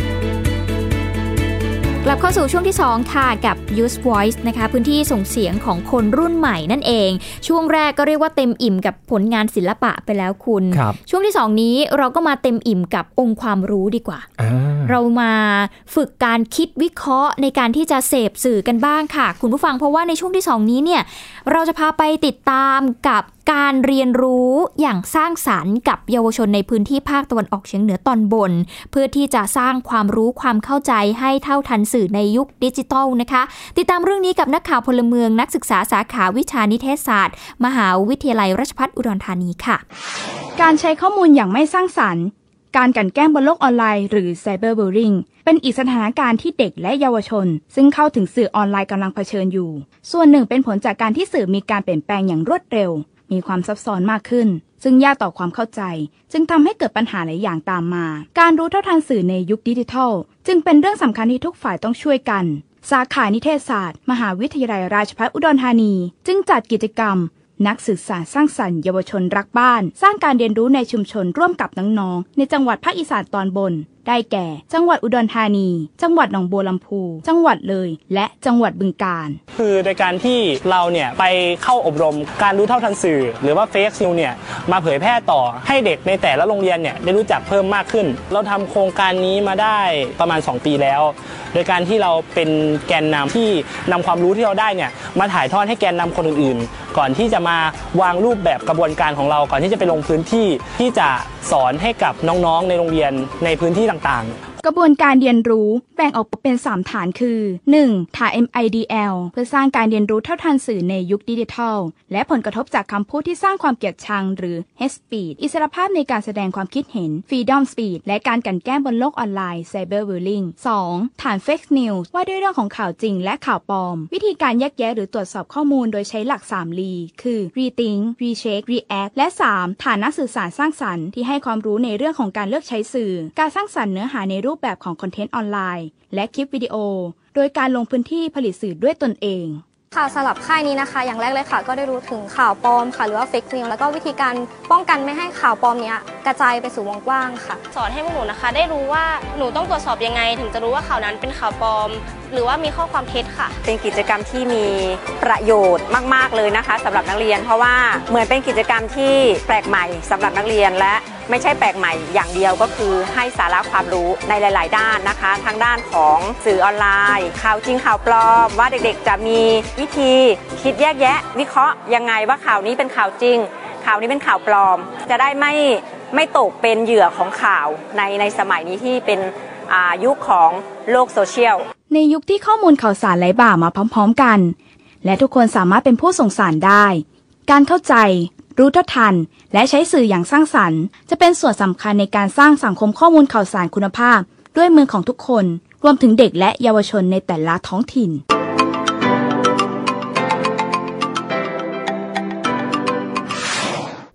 กลับเข้าสู่ช่วงที่สองค่ะกับ Use Voice นะคะพื้นที่ส่งเสียงของคนรุ่นใหม่นั่นเองช่วงแรกก็เรียกว่าเต็มอิ่มกับผลงานศิลปะไปแล้วคุณช่วงที่สองนี้เราก็มาเต็มอิ่มกับองค์ความรู้ดีกว่าเรามาฝึกการคิดวิเคราะห์ในการที่จะเสพสื่อกันบ้างค่ะคุณผู้ฟังเพราะว่าในช่วงที่สองนี้เนี่ยเราจะพาไปติดตามกับการเรียนรู้อย่างสร้างสรรค์กับเยาวชนในพื้นที่ภาคตะวันออกเฉียงเหนือตอนบนเพื่อที่จะสร้างความรู้ความเข้าใจให้เท่าทันสื่อในยุคดิจิทัลนะคะติดตามเรื่องนี้กับนักข่าวพลเมืองนักศึกษาสาขาวิชานิเทศศาสตร์มหาวิทยาลัยราชภัฏอุดรธานีค่ะการใช้ข้อมูลอย่างไม่สร้างสรรค์การกลั่นแกล้งบนโลกออนไลน์หรือ Cyberbullying เป็นอีกสถานการณ์ที่เด็กและเยาวชนซึ่งเข้าถึงสื่อออนไลน์กำลังเผชิญอยู่ส่วนหนึ่งเป็นผลจากการที่สื่อมีการเปลี่ยนแปลงอย่างรวดเร็วมีความซับซ้อนมากขึ้นซึ่งยากต่อความเข้าใจจึงทำให้เกิดปัญหาหลายอย่างตามมาการรู้เท่าทันสื่อในยุคดิจิทัลจึงเป็นเรื่องสำคัญที่ทุกฝ่ายต้องช่วยกันสาขานิเทศศาสตร์มหาวิทยาลัยราชภัฏอุดรธานีจึงจัดกิจกรรมนักศึกษาสร้างสรรค์เยาวชนรักบ้านสร้างการเรียนรู้ในชุมชนร่วมกับน้องๆในจังหวัดภาคอีสานตอนบนได้แก่จังหวัดอุดรธานีจังหวัดหนองบัวลำพูจังหวัดเลยและจังหวัดบึงกาฬคือโดยการที่เราเนี่ยไปเข้าอบรมการรู้เท่าทันสื่อหรือว่าเฟกนิวเนี่ยมาเผยแพร่ต่อให้เด็กในแต่ละโรงเรียนเนี่ยได้รู้จักเพิ่มมากขึ้นเราทำโครงการนี้มาได้ประมาณสองปีแล้วโดยการที่เราเป็นแกนนำที่นำความรู้ที่เราได้เนี่ยมาถ่ายทอดให้แกนนำคนอื่นๆก่อนที่จะมาวางรูปแบบกระบวนการของเราก่อนที่จะไปลงพื้นที่ที่จะสอนให้กับน้องๆในโรงเรียนในพื้นที่ต่างๆกระบวนการเรียนรู้แบ่งออกเป็นสามฐานคือ หนึ่ง ฐาน เอ็ม ไอ ดี แอล เพื่อสร้างการเรียนรู้เท่าทันสื่อในยุคดิจิทัลและผลกระทบจากคำพูดที่สร้างความเกลียดชังหรือ Hate Speech อิสรภาพในการแสดงความคิดเห็น Freedom Speech และการกลั่นแกล้งบนโลกออนไลน์ Cyberbullying สอง ฐาน Fake News ว่าด้วยเรื่องของข่าวจริงและข่าวปลอมวิธีการแยกแยะหรือตรวจสอบข้อมูลโดยใช้หลัก สาม รี คือ Rethink Recheck React และ สาม ฐานนักสื่อสารสร้างสรรค์ที่ให้ความรู้ในเรื่องของการเลือกใช้สื่อการสร้างสรรค์เนื้อหาในรูปแบบของคอนเทนต์ออนไลน์และคลิปวิดีโอโดยการลงพื้นที่ผลิตสื่อด้วยตนเองค่ะสำหรับค่ายนี้นะคะอย่างแรกเลยค่ะก็ได้รู้ถึงข่าวปลอมค่ะหรือว่าเฟกนิวแล้วก็วิธีการป้องกันไม่ให้ข่าวปลอมนี้กระจายไปสู่วงกว้างค่ะสอนให้พวกหนูนะคะได้รู้ว่าหนูต้องตรวจสอบยังไงถึงจะรู้ว่าข่าวนั้นเป็นข่าวปลอมหรือว่ามีข้อความเท็จค่ะเป็นกิจกรรมที่มีประโยชน์มากๆเลยนะคะสำหรับนักเรียนเพราะว่าเหมือนเป็นกิจกรรมที่แปลกใหม่สำหรับนักเรียนและไม่ใช่แปลกใหม่อย่างเดียวก็คือให้สาระความรู้ในหลายๆด้านนะคะทั้งด้านของสื่อออนไลน์ข่าวจริงข่าวปลอมว่าเด็กๆจะมีวิธีคิดแยกแยะวิเคราะห์ยังไงว่าข่าวนี้เป็นข่าวจริงข่าวนี้เป็นข่าวปลอมจะได้ไม่ไม่ตกเป็นเหยื่อของข่าวในในสมัยนี้ที่เป็นยุคของโลกโซเชียลในยุคที่ข้อมูลข่าวสารไหลบ่ามาพร้อมๆกันและทุกคนสามารถเป็นผู้ส่งสารได้การเข้าใจรู้เท่าทันและใช้สื่ออย่างสร้างสรรค์จะเป็นส่วนสำคัญในการสร้างสังคมข้อมูลข่าวสารคุณภาพด้วยมือของทุกคนรวมถึงเด็กและเยาวชนในแต่ละท้องถิ่น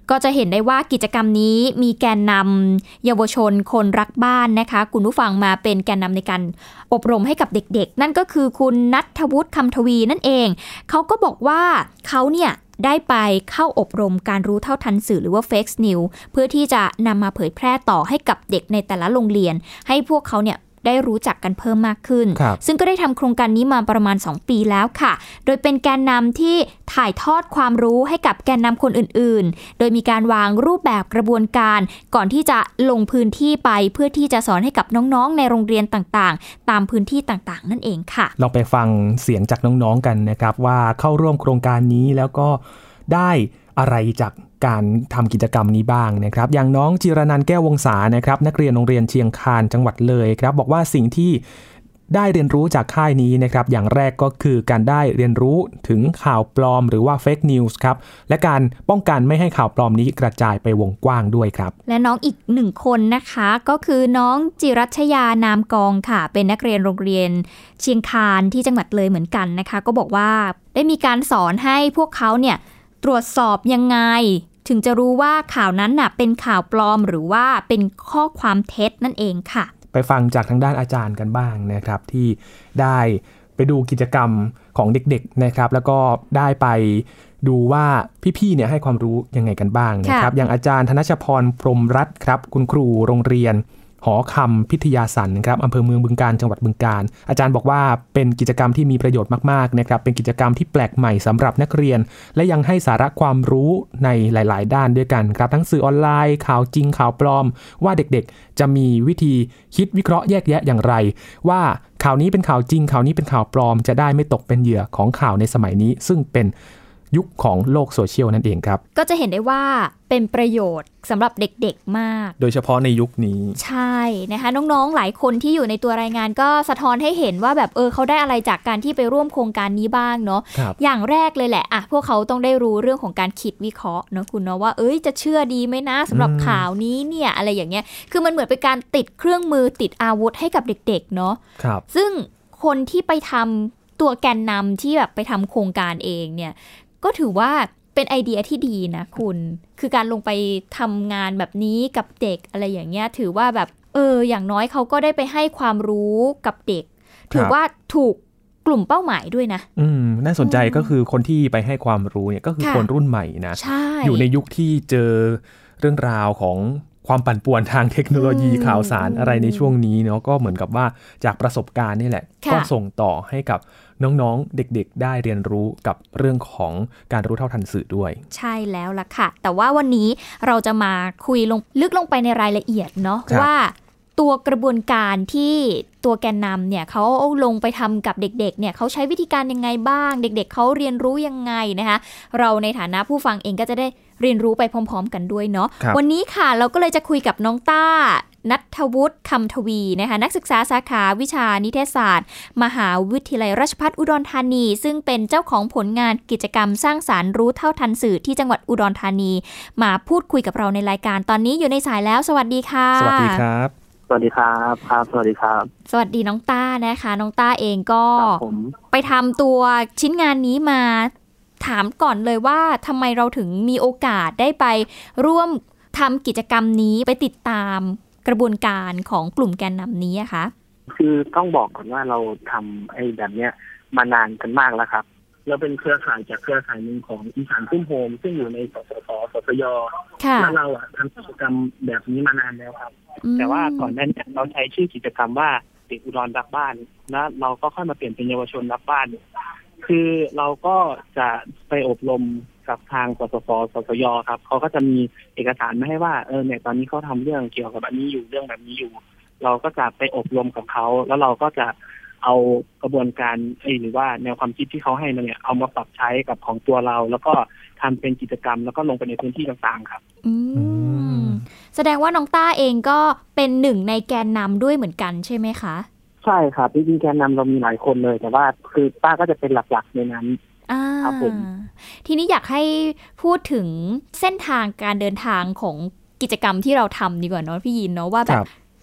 ก็จะเห็นได้ว่ากิจกรรมนี้มีแกนนำเยาวชนคนรักบ้านนะคะคุณผู้ฟังมาเป็นแกนนำในการอบรมให้กับเด็กๆนั่นก็คือคุณณัฐวุฒิคำทวีนั่นเองเขาก็บอกว่าเขาเนี่ยได้ไปเข้าอบรมการรู้เท่าทันสื่อหรือว่า Fake News เพื่อที่จะนำมาเผยแพร่ต่อให้กับเด็กในแต่ละโรงเรียนให้พวกเขาเนี่ยได้รู้จักกันเพิ่มมากขึ้นซึ่งก็ได้ทำโครงการนี้มาประมาณสองปีแล้วค่ะโดยเป็นแกนนำที่ถ่ายทอดความรู้ให้กับแกนนำคนอื่นๆโดยมีการวางรูปแบบกระบวนการก่อนที่จะลงพื้นที่ไปเพื่อที่จะสอนให้กับน้องๆในโรงเรียนต่างๆตามพื้นที่ต่างๆนั่นเองค่ะลองไปฟังเสียงจากน้องๆกันนะครับว่าเข้าร่วมโครงการนี้แล้วก็ได้อะไรจากการทำกิจกรรมนี้บ้างนะครับอย่างน้องจิรนันท์แก้ววงศานะครับนักเรียนโรงเรียนเชียงคานจังหวัดเลยครับบอกว่าสิ่งที่ได้เรียนรู้จากค่ายนี้นะครับอย่างแรกก็คือการได้เรียนรู้ถึงข่าวปลอมหรือว่า Fake News ครับและการป้องกันไม่ให้ข่าวปลอมนี้กระจายไปวงกว้างด้วยครับและน้องอีกหนึ่งคนนะคะก็คือน้องจิรัชยานามกองค่ะเป็นนักเรียนโรงเรียนเชียงคานที่จังหวัดเลยเหมือนกันนะคะก็บอกว่าได้มีการสอนให้พวกเขาเนี่ยตรวจสอบยังไงถึงจะรู้ว่าข่าวนั้นน่ะเป็นข่าวปลอมหรือว่าเป็นข้อความเท็จนั่นเองค่ะไปฟังจากทางด้านอาจารย์กันบ้างนะครับที่ได้ไปดูกิจกรรมของเด็กๆนะครับแล้วก็ได้ไปดูว่าพี่ๆเนี่ยให้ความรู้ยังไงกันบ้างนะครับอย่างอาจารย์ธนชพรพรหมรัตน์ครับคุณครูโรงเรียนหอคำพิทยาสันครับอำเภอเมืองบึงกาฬจังหวัดบึงกาฬอาจารย์บอกว่าเป็นกิจกรรมที่มีประโยชน์มากๆนะครับเป็นกิจกรรมที่แปลกใหม่สำหรับนักเรียนและยังให้สาระความรู้ในหลายๆด้านด้วยกันครับทั้งสื่อออนไลน์ข่าวจริงข่าวปลอมว่าเด็กๆจะมีวิธีคิดวิเคราะห์แยกแยะอย่างไรว่าข่าวนี้เป็นข่าวจริงข่าวนี้เป็นข่าวปลอมจะได้ไม่ตกเป็นเหยื่อของข่าวในสมัยนี้ซึ่งเป็นยุคของโลกโซเชียลนั่นเองครับก็จะเห็นได้ว่าเป็นประโยชน์สำหรับเด็กๆมากโดยเฉพาะในยุคนี้ใช่นะคะน้องๆหลายคนที่อยู่ในตัวรายงานก็สะท้อนให้เห็นว่าแบบเออเขาได้อะไรจากการที่ไปร่วมโครงการนี้บ้างเนาะอย่างแรกเลยแหละอ่ะพวกเขาต้องได้รู้เรื่องของการคิดวิเคราะห์เนาะคุณเนาะว่าเอ้ยจะเชื่อดีไหมนะสำหรับข่าวนี้เนี่ยอะไรอย่างเงี้ยคือมันเหมือนเป็นการติดเครื่องมือติดอาวุธให้กับเด็กๆเนาะซึ่งคนที่ไปทำตัวแกนนำที่แบบไปทำโครงการเองเนี่ยก็ถือว่าเป็นไอเดียที่ดีนะคุณคือการลงไปทำงานแบบนี้กับเด็กอะไรอย่างเงี้ยถือว่าแบบเอออย่างน้อยเขาก็ได้ไปให้ความรู้กับเด็กถือว่าถูกกลุ่มเป้าหมายด้วยนะอืมน่าสนใจก็คือคนที่ไปให้ความรู้เนี่ยก็คือคนรุ่นใหม่นะอยู่ในยุคที่เจอเรื่องราวของความปั่นป่วนทางเทคโนโลยีข่าวสารอะไรในช่วงนี้เนาะก็เหมือนกับว่าจากประสบการณ์นี่แหละก็ส่งต่อให้กับน้องๆเด็กๆได้เรียนรู้กับเรื่องของการรู้เท่าทันสื่อด้วยใช่แล้วล่ะค่ะแต่ว่าวันนี้เราจะมาคุยลงลึกลงไปในรายละเอียดเนาะว่าตัวกระบวนการที่ตัวแกนนำเนี่ยเขาลงไปทำกับเด็กๆเนี่ยเขาใช้วิธีการยังไงบ้างเด็กๆเขาเรียนรู้ยังไงนะคะเราในฐานะผู้ฟังเองก็จะได้เรียนรู้ไปพร้อมๆกันด้วยเนาะวันนี้ค่ะเราก็เลยจะคุยกับน้องต้าณัฐวุฒิคำทวีนะคะนักศึกษาสาขาวิชานิเทศศาสตร์มหาวิทยาลัยราชภัฏอุดรธานีซึ่งเป็นเจ้าของผลงานกิจกรรมสร้างสรรค์รู้เท่าทันสื่อที่จังหวัดอุดรธานีมาพูดคุยกับเราในรายการตอนนี้อยู่ในสายแล้วสวัสดีค่ะสวัสดีครับสวัสดีครับครับสวัสดีครับสวัสดีน้องต้านะคะน้องต้าเองก็ไปทำตัวชิ้นงานนี้มาถามก่อนเลยว่าทำไมเราถึงมีโอกาสได้ไปร่วมทำกิจกรรมนี้ไปติดตามกระบวนการของกลุ่มแกนนำนี้อะคะคือต้องบอกก่อนว่าเราทำไอ้แบบเนี้ยมานานกันมากแล้วครับเราเป็นเครือข่ายจากเครือข่ายหนึ่งของอีสานทุ่มโฮมซึ่งอยู่ในสสสสสยแล้วเราอะทำกิจกรรมแบบนี้มานานแล้วครับแต่ว่าก่อนหน้านี้เราใช้ชื่อกิจกรรมว่าเด็กอุดรรักบ้านแล้วเราก็ค่อยมาเปลี่ยนเป็นเยาวชนรักบ้านคือเราก็จะไปอบรมกับทางสสสสสยครับเขาก็จะมีเอกสารมาให้ว่าเออเนี่ยตอนนี้เขาทำเรื่องเกี่ยวกับอันนี้อยู่เรื่องแบบนี้อยู่เราก็จะไปอบรมกับเขาแล้วเราก็จะเอากระบวนการหรือว่าแนวความคิดที่เขาให้มาเนี่ยเอามาปรับใช้กับของตัวเราแล้วก็ทำเป็นกิจกรรมแล้วก็ลงไปในพื้นที่ต่างๆครับอืมแสดงว่าน้องต้าเองก็เป็นหนึ่งในแกนนำด้วยเหมือนกันใช่ไหมคะใช่ครับจริงๆแกนนำเรามีหลายคนเลยแต่ว่าคือต้าก็จะเป็นหลักๆในนั้นครับผมทีนี้อยากให้พูดถึงเส้นทางการเดินทางของกิจกรรมที่เราทำดีกว่าเนาะพี่ยินเนาะว่าแบบ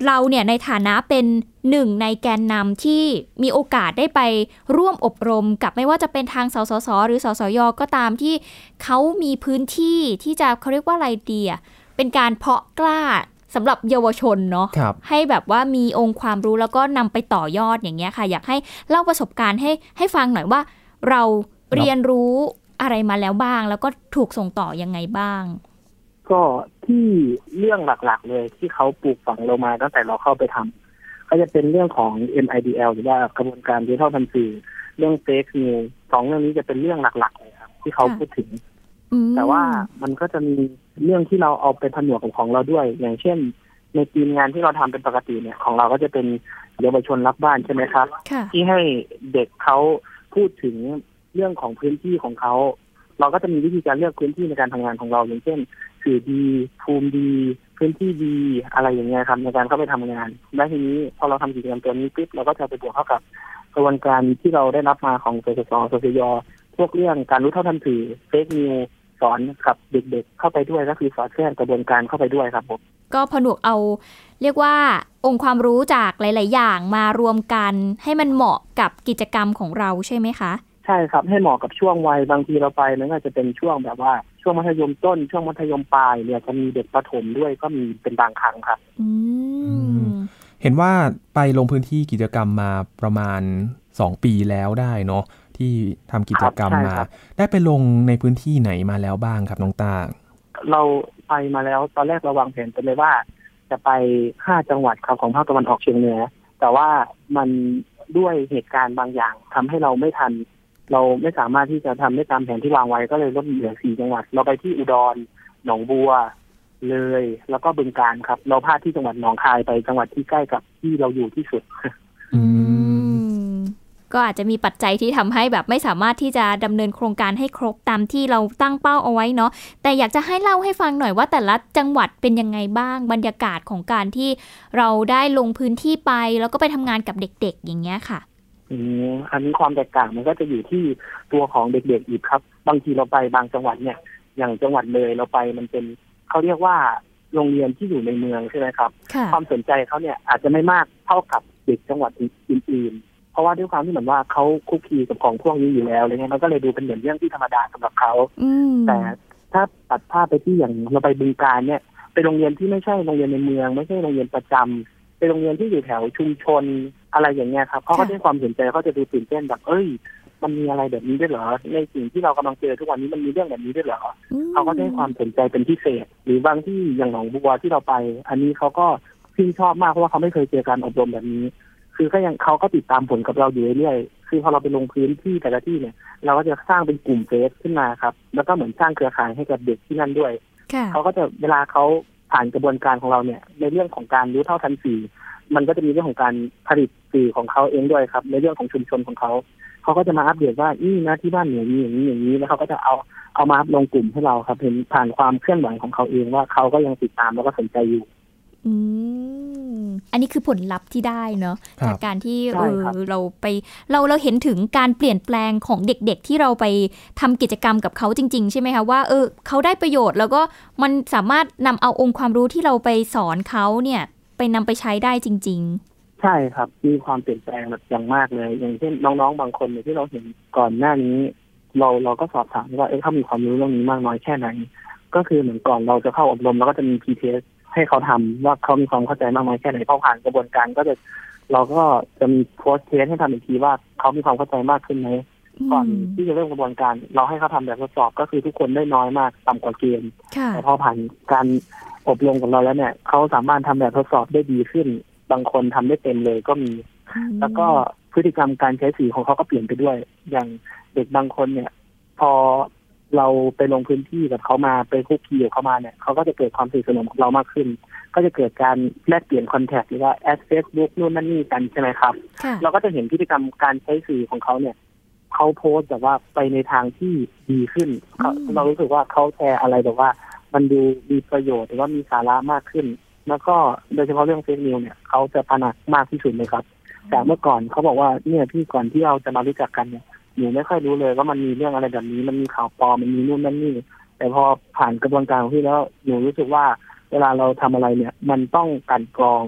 เราเนี่ยในฐานะเป็นหนึ่งในแกนนำที่มีโอกาสได้ไปร่วมอบรมกับไม่ว่าจะเป็นทางสสสหรือสสยก็ตามที่เขามีพื้นที่ที่จะเขาเรียกว่าอะไรดีอ่ะเป็นการเพาะกล้าสำหรับเยาวชนเนาะให้แบบว่ามีองค์ความรู้แล้วก็นำไปต่อยอดอย่างเงี้ยค่ะอยากให้เล่าประสบการณ์ให้ให้ฟังหน่อยว่าเราเรียนรู้อะไรมาแล้วบ้างแล้วก็ถูกส่งต่อยังไงบ้างก็ที่เรื่องหลักๆเลยที่เขาปลูกฝังเรามาตั้งแต่เราเข้าไปทำก็จะเป็นเรื่องของ เอ็ม ไอ ดี แอล หรือว่ากระบวนการดิจิทัลทันสื่อเรื่อง Fake News สองเรื่องนี้จะเป็นเรื่องหลักๆเลยครับที่เขาพูดถึงแต่ว่ามันก็จะมีเรื่องที่เราเอาไปผนวกกับของเราด้วยอย่างเช่นในทีมงานที่เราทำเป็นปกติเนี่ยของเราก็จะเป็นเยาวชนรักบ้านใช่ไหมครับที่ให้เด็กเขาพูดถึงเรื่องของพื้นที่ของเขาเราก็จะมีวิธีการเลือกพื้นที่ในการทำงานของเราอย่างเช่นสื่อดีภูมิดีพื้นที่ดีอะไรอย่างเงี้ยครับในการเข้าไปทำงานและทีนี้พอเราทำกิจกรรมตัวนี้ปุ๊บเราก็จะไปบวกเข้ากับกระบวนการที่เราได้รับมาของสสสสสยพวกเรื่องการรู้เท่าทันสื่อเฟกนิวสอนกับเด็กๆเข้าไปด้วยก็คือสอดแทรกกระบวนการเข้าไปด้วยครับผมก็ผนวกเอาเรียกว่าองค์ความรู้จากหลายๆอย่างมารวมกันให้มันเหมาะกับกิจกรรมของเราใช่ไหมคะใช่ครับให้เหมาะกับช่วงวัยบางทีเราไปมันก็จะเป็นช่วงแบบว่าช่วงมัธยมต้นช่วงมัธยมปลายเนี่ยจะมีเด็กประถมด้วยก็มีเป็นบางครั้งครับเห็นว่าไปลงพื้นที่กิจกรรมมาประมาณสองปีแล้วได้เนาะที่ทำกิจกรรมมาได้ไปลงในพื้นที่ไหนมาแล้วบ้างครับน้องตาเราไปมาแล้วตอนแรกเราวางแผนไปเลยว่าจะไปห้าจังหวัดครับของภาคตะวันออกเฉียงเหนือแต่ว่ามันด้วยเหตุการณ์บางอย่างทำให้เราไม่ทันเราไม่สามารถที่จะทำได้ตามแผนที่วางไว้ก็เลยลดเหลือสี่จังหวัดเราไปที่อุดรหนองบัวเลยแล้วก็บึงกาฬครับเราพลาดที่จังหวัดหนองคายไปจังหวัดที่ใกล้กับที่เราอยู่ที่สุดอืมก็อาจจะมีปัจจัยที่ทำให้แบบไม่สามารถที่จะดำเนินโครงการให้ครบตามที่เราตั้งเป้าเอาไว้เนาะแต่อยากจะให้เล่าให้ฟังหน่อยว่าแต่ละจังหวัดเป็นยังไงบ้างบรรยากาศของการที่เราได้ลงพื้นที่ไปแล้วก็ไปทำงานกับเด็กๆอย่างเงี้ยค่ะอืมอันนี้ความแตกต่างมันก็จะอยู่ที่ตัวของเด็กๆอีกครับบางทีเราไปบางจังหวัดเนี่ยอย่างจังหวัดเลยเราไปมันเป็นเขาเรียกว่าโรงเรียนที่อยู่ในเมืองใช่ไหมครับความสนใจเขาเนี่ยอาจจะไม่มากเท่ากับเด็กจังหวัดอื่นๆเพราะว่าด้วยความที่เหมือนว่าเขาคุกคีกับของพวกนี้อยู่แล้วอะไรเงี้ยมันก็เลยดูเป็นเหมือนเรื่องที่ธรรมดาสำหรับเขาแต่ถ้าตัดภาพไปที่อย่างเราไปบึงกาฬเนี่ยเป็นโรงเรียนที่ไม่ใช่โรงเรียนในเมืองไม่ใช่โรงเรียนประจำเป็นโรงเรียนที่อยู่แถวชุมชนอะไรอย่างเงี้ยครับเขาก็ได้ความสนใจเขาจะดูตื่นเต้นแบบเอ้ยมันมีอะไรแบบนี้ด้วยเหรอในสิ่งที่เรากำลังเจอทุกวันนี้มันมีเรื่องแบบนี้ด้วยเหรอเขาก็ได้ความสนใจเป็นพิเศษหรือบางที่อย่างหนองบัวที่เราไปอันนี้เขาก็ชื่นชอบมากเพราะว่าเขาไม่เคยเจอการอบรมแบบนี้คือก็ยังเขาก็ติดตามผลกับเราอยู่เรื่อยๆคือพอเราไปลงพื้นที่แต่ละที่เนี่ยเราก็จะสร้างเป็นกลุ่มเฟซขึ้นมาครับแล้วก็เหมือนสร้างเครือข่ายให้กับเด็กที่นั่นด้วยเขาก็จะเวลาเขาผ่านกระบวนการของเราเนี่ยในเรื่องของการรู้เท่าทันสื่อมันก็จะมีเรื่องของการผลิตสื่อของเขาเองด้วยครับในเรื่องของชุมชนของเขาเขาก็จะมาอัปเดตว่านี่นะที่บ้านหนูมีอย่างนี้อย่างนี้แล้วเขาก็จะเอาเอามาลงกลุ่มให้เราครับเห็นผ่านความเคลื่อนไหวของเขาเองว่าเขาก็ยังติดตามแล้วก็สนใจอยู่อืมอันนี้คือผลลัพธ์ที่ได้เนาะจากการที่เออเราไปเราเราเห็นถึงการเปลี่ยนแปลงของเด็กๆที่เราไปทำกิจกรรมกับเขาจริงๆใช่ไหมคะว่าเออเขาได้ประโยชน์แล้วก็มันสามารถนำเอาองค์ความรู้ที่เราไปสอนเขาเนี่ยไปนำไปใช้ได้จริงๆใช่ครับมีความเปลี่ยนแปลงแบบอย่างมากเลยอย่างเช่นน้องๆบางคนเนี่ยที่เราเห็นก่อนหน้านี้เราเราก็สอบถามว่าเอ๊ะเขามีความรู้เรื่องนี้มากน้อยแค่ไหนก็คือเหมือนก่อนเราจะเข้าอบรมเราก็จะมี พี ที เอส ให้เขาทำว่าเขามีความเข้าใจมากน้อยแค่ไหนพอผ่านกระบวนการก็จะเราก็จะมีโพสต์เทสให้ทำอีกทีว่าเขามีความเข้าใจมากขึ้นไหมก่อนที่จะเริ่มกระบวนการเราให้เขาทำแบบทดสอบก็คือทุกคนได้น้อยมากต่ำกว่าเกณฑ์แต่พอผ่านการอบรมของเราแล้วเนี่ยเขาสามารถทำแบบทดสอบได้ดีขึ้นบางคนทำได้เต็มเลยก็มีแล้วก็พฤติกรรมการใช้สีของเขาก็เปลี่ยนไปด้วยอย่างเด็กบางคนเนี่ยพอเราไปลงพื้นที่กับเขามาไปคุกคีกับเขามาเนี่ยเขาก็จะเกิดความสนิทสนมกับเรามากขึ้นก็จะเกิดการแลกเปลี่ยนคอนแทคหรือว่าแอดเฟซบุ๊กนู่นนั่นนี่กันใช่ไหมครับเราก็จะเห็นพฤติกรรมการใช้สื่อของเขาเนี่ยเขาโพสต์แบบว่าไปในทางที่ดีขึ้นเรารู้สึกว่าเขาแชร์อะไรแบบว่ามันดูมีประโยชน์หรือว่ามีสาระมากขึ้นแล้วก็โดยเฉพาะเรื่องเฟซนิวเนี่ยเขาจะตระหนักมากที่สุดเลยครับแต่เมื่อก่อนเขาบอกว่าเนี่ยพี่ก่อนที่เราจะมารู้จักกันเนี่ยหนูไม่ค่อยรู้เลยว่ามันมีเรื่องอะไรแบบนี้มันมีข่าวปลอมมันมีนู่นนั่นนี่แต่พอผ่านกระบวนการของพี่แล้วหนูรู้สึกว่าเวลาเราทำอะไรเนี่ยมันต้องกลั่นกรอง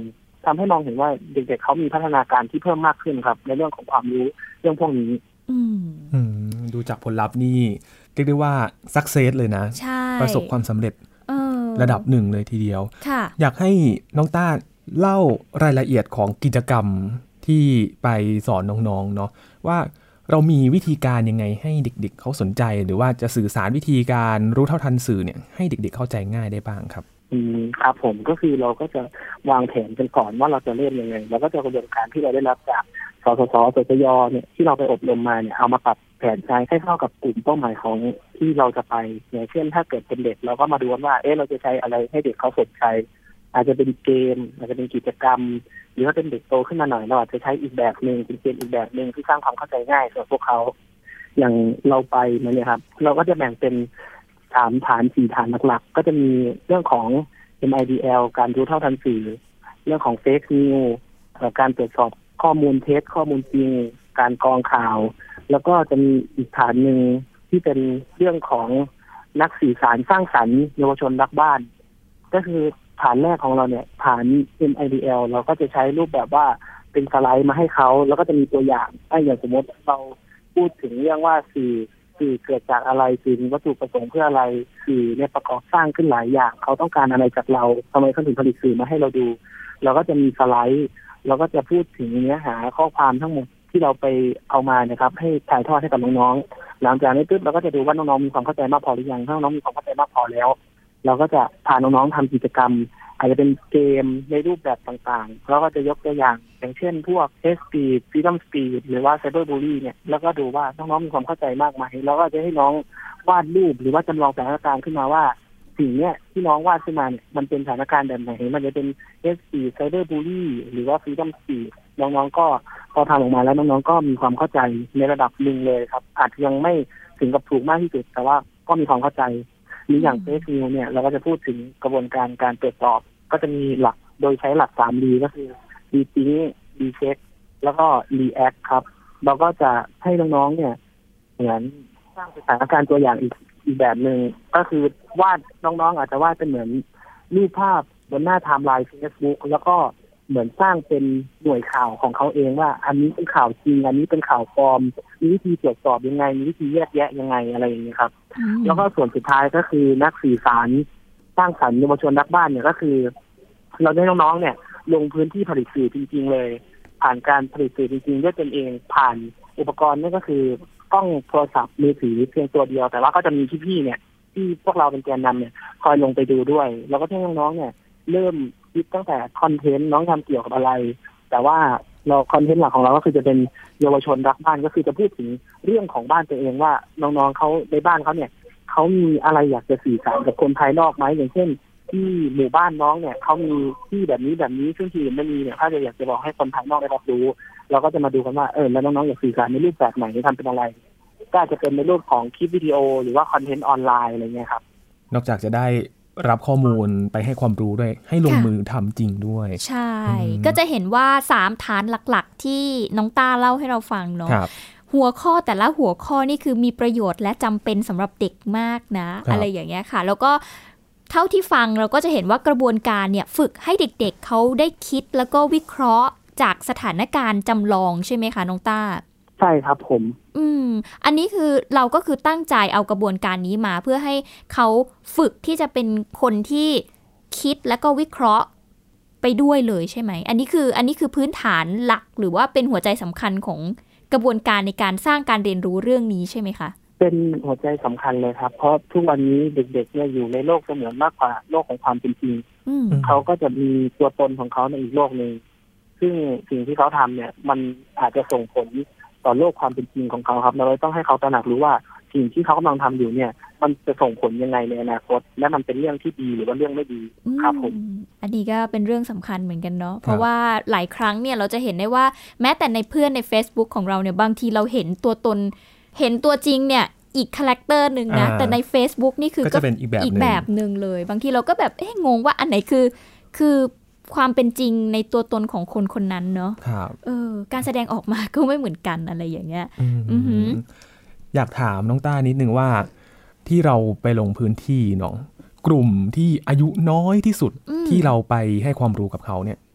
ทำให้มองเห็นว่าเด็กๆเขามีพัฒนาการที่เพิ่มมากขึ้นครับในเรื่องของความรู้เรื่องพวกนี้ดูจากผลลัพธ์นี่เรียกได้ว่าซักเซสเลยนะประสบความสำเร็จระดับหนึ่งเลยทีเดียวอยากให้น้องต้าเล่ารายละเอียดของกิจกรรมที่ไปสอนน้องๆเนาะว่าเรามีวิธีการยังไงให้เด็กๆเขาสนใจหรือว่าจะสื่อสารวิธีการรู้เท่าทันสื่อเนี่ยให้เด็กๆเข้าใจง่ายได้บ้างครับอืมครับผมก็คือเราก็จะวางแผนกันก่อนว่าเราจะเริ่มยังไงแล้วก็จะกระบวนการที่เราได้รับจากสสสสสยเนี่ยที่เราไปอบรมมาเนี่ยเอามาปรับแผนใช้ให้เข้ากับกลุ่มเป้าหมายของที่เราจะไปอย่างเช่นถ้าเกิดเป็นเด็กเราก็มาดูว่าเอ๊ะเราจะใช้อะไรให้เด็กเขาสนใจอาจจะเป็นเกมอาจจะเป็นกิจกรรมหรือถ้าเป็นเด็กโตขึ้นมาหน่อยเราอาจจะใช้อีกแบบนึงเป็นเกมอีกแบบนึงที่สร้างความเข้าใจง่ายสำหรับพวกเขาอย่างเราไปเนี่ยครับเราก็จะแบ่งเป็นสามฐานสี่ฐานหลักๆก็จะมีเรื่องของ เอ็ม ไอ ดี แอล การรู้เท่าทันสื่อเรื่องของ Fake News การตรวจสอบข้อมูลเท็จข้อมูลจริงการกรองข่าวแล้วก็จะมีอีกฐานหนึ่งที่เป็นเรื่องของนักสื่อสารสร้างสรรค์เยาวชนรักบ้านก็คือฐานแรกของเราเนี่ยฐาน เอ็ม ไอ ดี แอล เราก็จะใช้รูปแบบว่าเป็นสไลด์มาให้เขาแล้วก็จะมีตัวอย่างอย่างสมมติเราพูดถึงเรื่องว่าสื่อสื่อเกิดจากอะไรสื่อมีวัตถุประสงค์เพื่ออะไรสื่อเนี่ยประกอบสร้างขึ้นหลายอย่างเขาต้องการอะไรจากเราทำไมเขาถึงผลิตสื่อมาให้เราดูเราก็จะมีสไลด์เราก็จะพูดถึงเนื้อหาข้อความทั้งหมดที่เราไปเอามานะครับให้ถ่ายทอดให้กับน้องๆหลังจากนี้ปุ๊บเราก็จะดูว่าน้องๆมีความเข้าใจมากพอหรือยังถ้าน้องๆมีความเข้าใจมากพอแล้วเราก็จะพาน้องๆทำกิจกรรมอาจจะเป็นเกมในรูปแบบต่างๆแล้วก็จะยกตัวอย่างอย่างเช่นพวก Hate Speech Freedom Speech หรือว่า Cyberbully เนี่ยแล้วก็ดูว่าน้องๆมีความเข้าใจมากไหมแล้วก็จะให้น้องวาดรูปหรือว่าจำลองสถานการณ์ขึ้นมาว่าสิ่งเนี้ยที่น้องวาดขึ้นมาเนี่ยมันเป็นสถานการณ์แบบไหนมันจะเป็น Hate Speech Cyberbully หรือว่า Freedom Speech น้องๆก็พอทำออกมาแล้วน้องๆก็มีความเข้าใจในระดับหนึ่งเลยครับอาจจะยังไม่ถึงกับถูกมากที่สุดแต่ว่าก็มีความเข้าใจมีอย่าง Fake News เนี่ยเราก็จะพูดถึงกระบวนการการตรวจสอบก็จะมีหลักโดยใช้หลัก สาม ดี ก็คือ Rethink Recheck แล้วก็ React ครับเราก็จะให้น้องๆเนี่ยเหมือนสร้างสถานการณ์ตัวอย่างอีกอีกแบบนึงก็คือวาดน้องๆอาจจะวาดเป็นเหมือนรูปภาพบนหน้าไทม์ไลน์ Facebook แล้วก็เหมือนสร้างเป็นหน่วยข่าวของเขาเองว่าอันนี้เป็นข่าวจริงอันนี้เป็นข่าวปลอมมีวิธีตรวจสอบยังไงมีวิธีแยกแยะยังไงอะไรอย่างนี้ครับแล้วก็ส่วนสุดท้ายก็คือนักสื่อสารสร้างสรรค์เยาวชนรักบ้านเนี่ยก็คือเราได้น้องๆเนี่ยลงพื้นที่ผลิตสื่อจริงๆเลยผ่านการผลิตสื่อจริงๆด้วยตนเองผ่านอุปกรณ์นั่นก็คือกล้องโทรศัพท์มือถือเพียงตัวเดียวแต่ว่าก็จะมีพี่ๆเนี่ยที่พวกเราเป็นแกนนำเนี่ยคอยลงไปดูด้วยแล้วก็ให้น้องๆเนี่ยเริ่มคิดตั้งแต่คอนเทนต์น้องทำเกี่ยวกับอะไรแต่ว่าเราคอนเทนต์หลักของเราก็คือจะเป็นเยาวชนรักบ้านก็คือจะพูดถึงเรื่องของบ้านตัวเองว่าน้องๆเขาในบ้านเขาเนี่ยเขามีอะไรอยากจะสื่อสารกับคนภายนอกไหมอย่างเช่นที่หมู่บ้านน้องเนี่ยเขามีที่แบบนี้แบบนี้ซึ่งที่อื่นไม่มีเนี่ยเขาจะอยากจะบอกให้คนภายนอกได้รับรู้เราก็จะมาดูกันว่าเออแล้วน้องๆอยากสื่อสารในรูปแบบไหนทำเป็นอะไรก็อาจจะเป็นในรูปของคลิปวิดีโอหรือว่าคอนเทนต์ออนไลน์อะไรเงี้ยครับนอกจากจะได้รับข้อมูลไปให้ความรู้ด้วยให้ลงมือทำจริงด้วยใช่ก็จะเห็นว่าสามฐานหลักๆที่น้องต้าเล่าให้เราฟังเนาะหัวข้อแต่ละหัวข้อนี่คือมีประโยชน์และจำเป็นสำหรับเด็กมากนะอะไรอย่างเงี้ยค่ะแล้วก็เท่าที่ฟังเราก็จะเห็นว่ากระบวนการเนี่ยฝึกให้เด็กๆ เ, เขาได้คิดแล้วก็วิเคราะห์จากสถานการณ์จำลองใช่ไหมคะน้องต้าใช่ครับผมอืมอันนี้คือเราก็คือตั้งใจเอากระบวนการนี้มาเพื่อให้เขาฝึกที่จะเป็นคนที่คิดแล้วก็วิเคราะห์ไปด้วยเลยใช่ไหมอันนี้คืออันนี้คือพื้นฐานหลักหรือว่าเป็นหัวใจสำคัญของกระบวนการในการสร้างการเรียนรู้เรื่องนี้ใช่ไหมคะเป็นหัวใจสำคัญเลยครับเพราะทุกวันนี้เด็กๆเนี่ยอยู่ในโลกเสมือนมากกว่าโลกของความเป็นจริงเขาก็จะมีตัวตนของเขาในอีกโลกนึงซึ่งสิ่งที่เขาทำเนี่ยมันอาจจะส่งผลต่อโลกความเป็นจริงของเขาครับเราเลยต้องให้เขาตระหนักรู้ว่าสิ่งที่เขากำลังทำอยู่เนี่ยมันจะส่งผลยังไงในอนาคตและมันเป็นเรื่องที่ดีหรือว่าเรื่องไม่ดีครับผมอันนี้ก็เป็นเรื่องสำคัญเหมือนกันเนาะเพราะว่าหลายครั้งเนี่ยเราจะเห็นได้ว่าแม้แต่ในเพื่อนใน Facebook ของเราเนี่ยบางทีเราเห็นตัวตนเห็นตัวจริงเนี่ยอีกคาแรคเตอร์นึงนะแต่ใน Facebook นี่คือก็เป็นอีกแบบอีกแบบนึงเลยบางทีเราก็แบบเอ๊ะงงว่าอันไหนคือคือความเป็นจริงในตัวตนของคนคนนั้นเนาะเออการแสดงออกมาก็ไม่เหมือนกันอะไรอย่างเงี้ย อ, อยากถามน้องต้านิดนึงว่าที่เราไปลงพื้นที่เนาะกลุ่มที่อายุน้อยที่สุดที่เราไปให้ความรู้กับเขาเนี่ย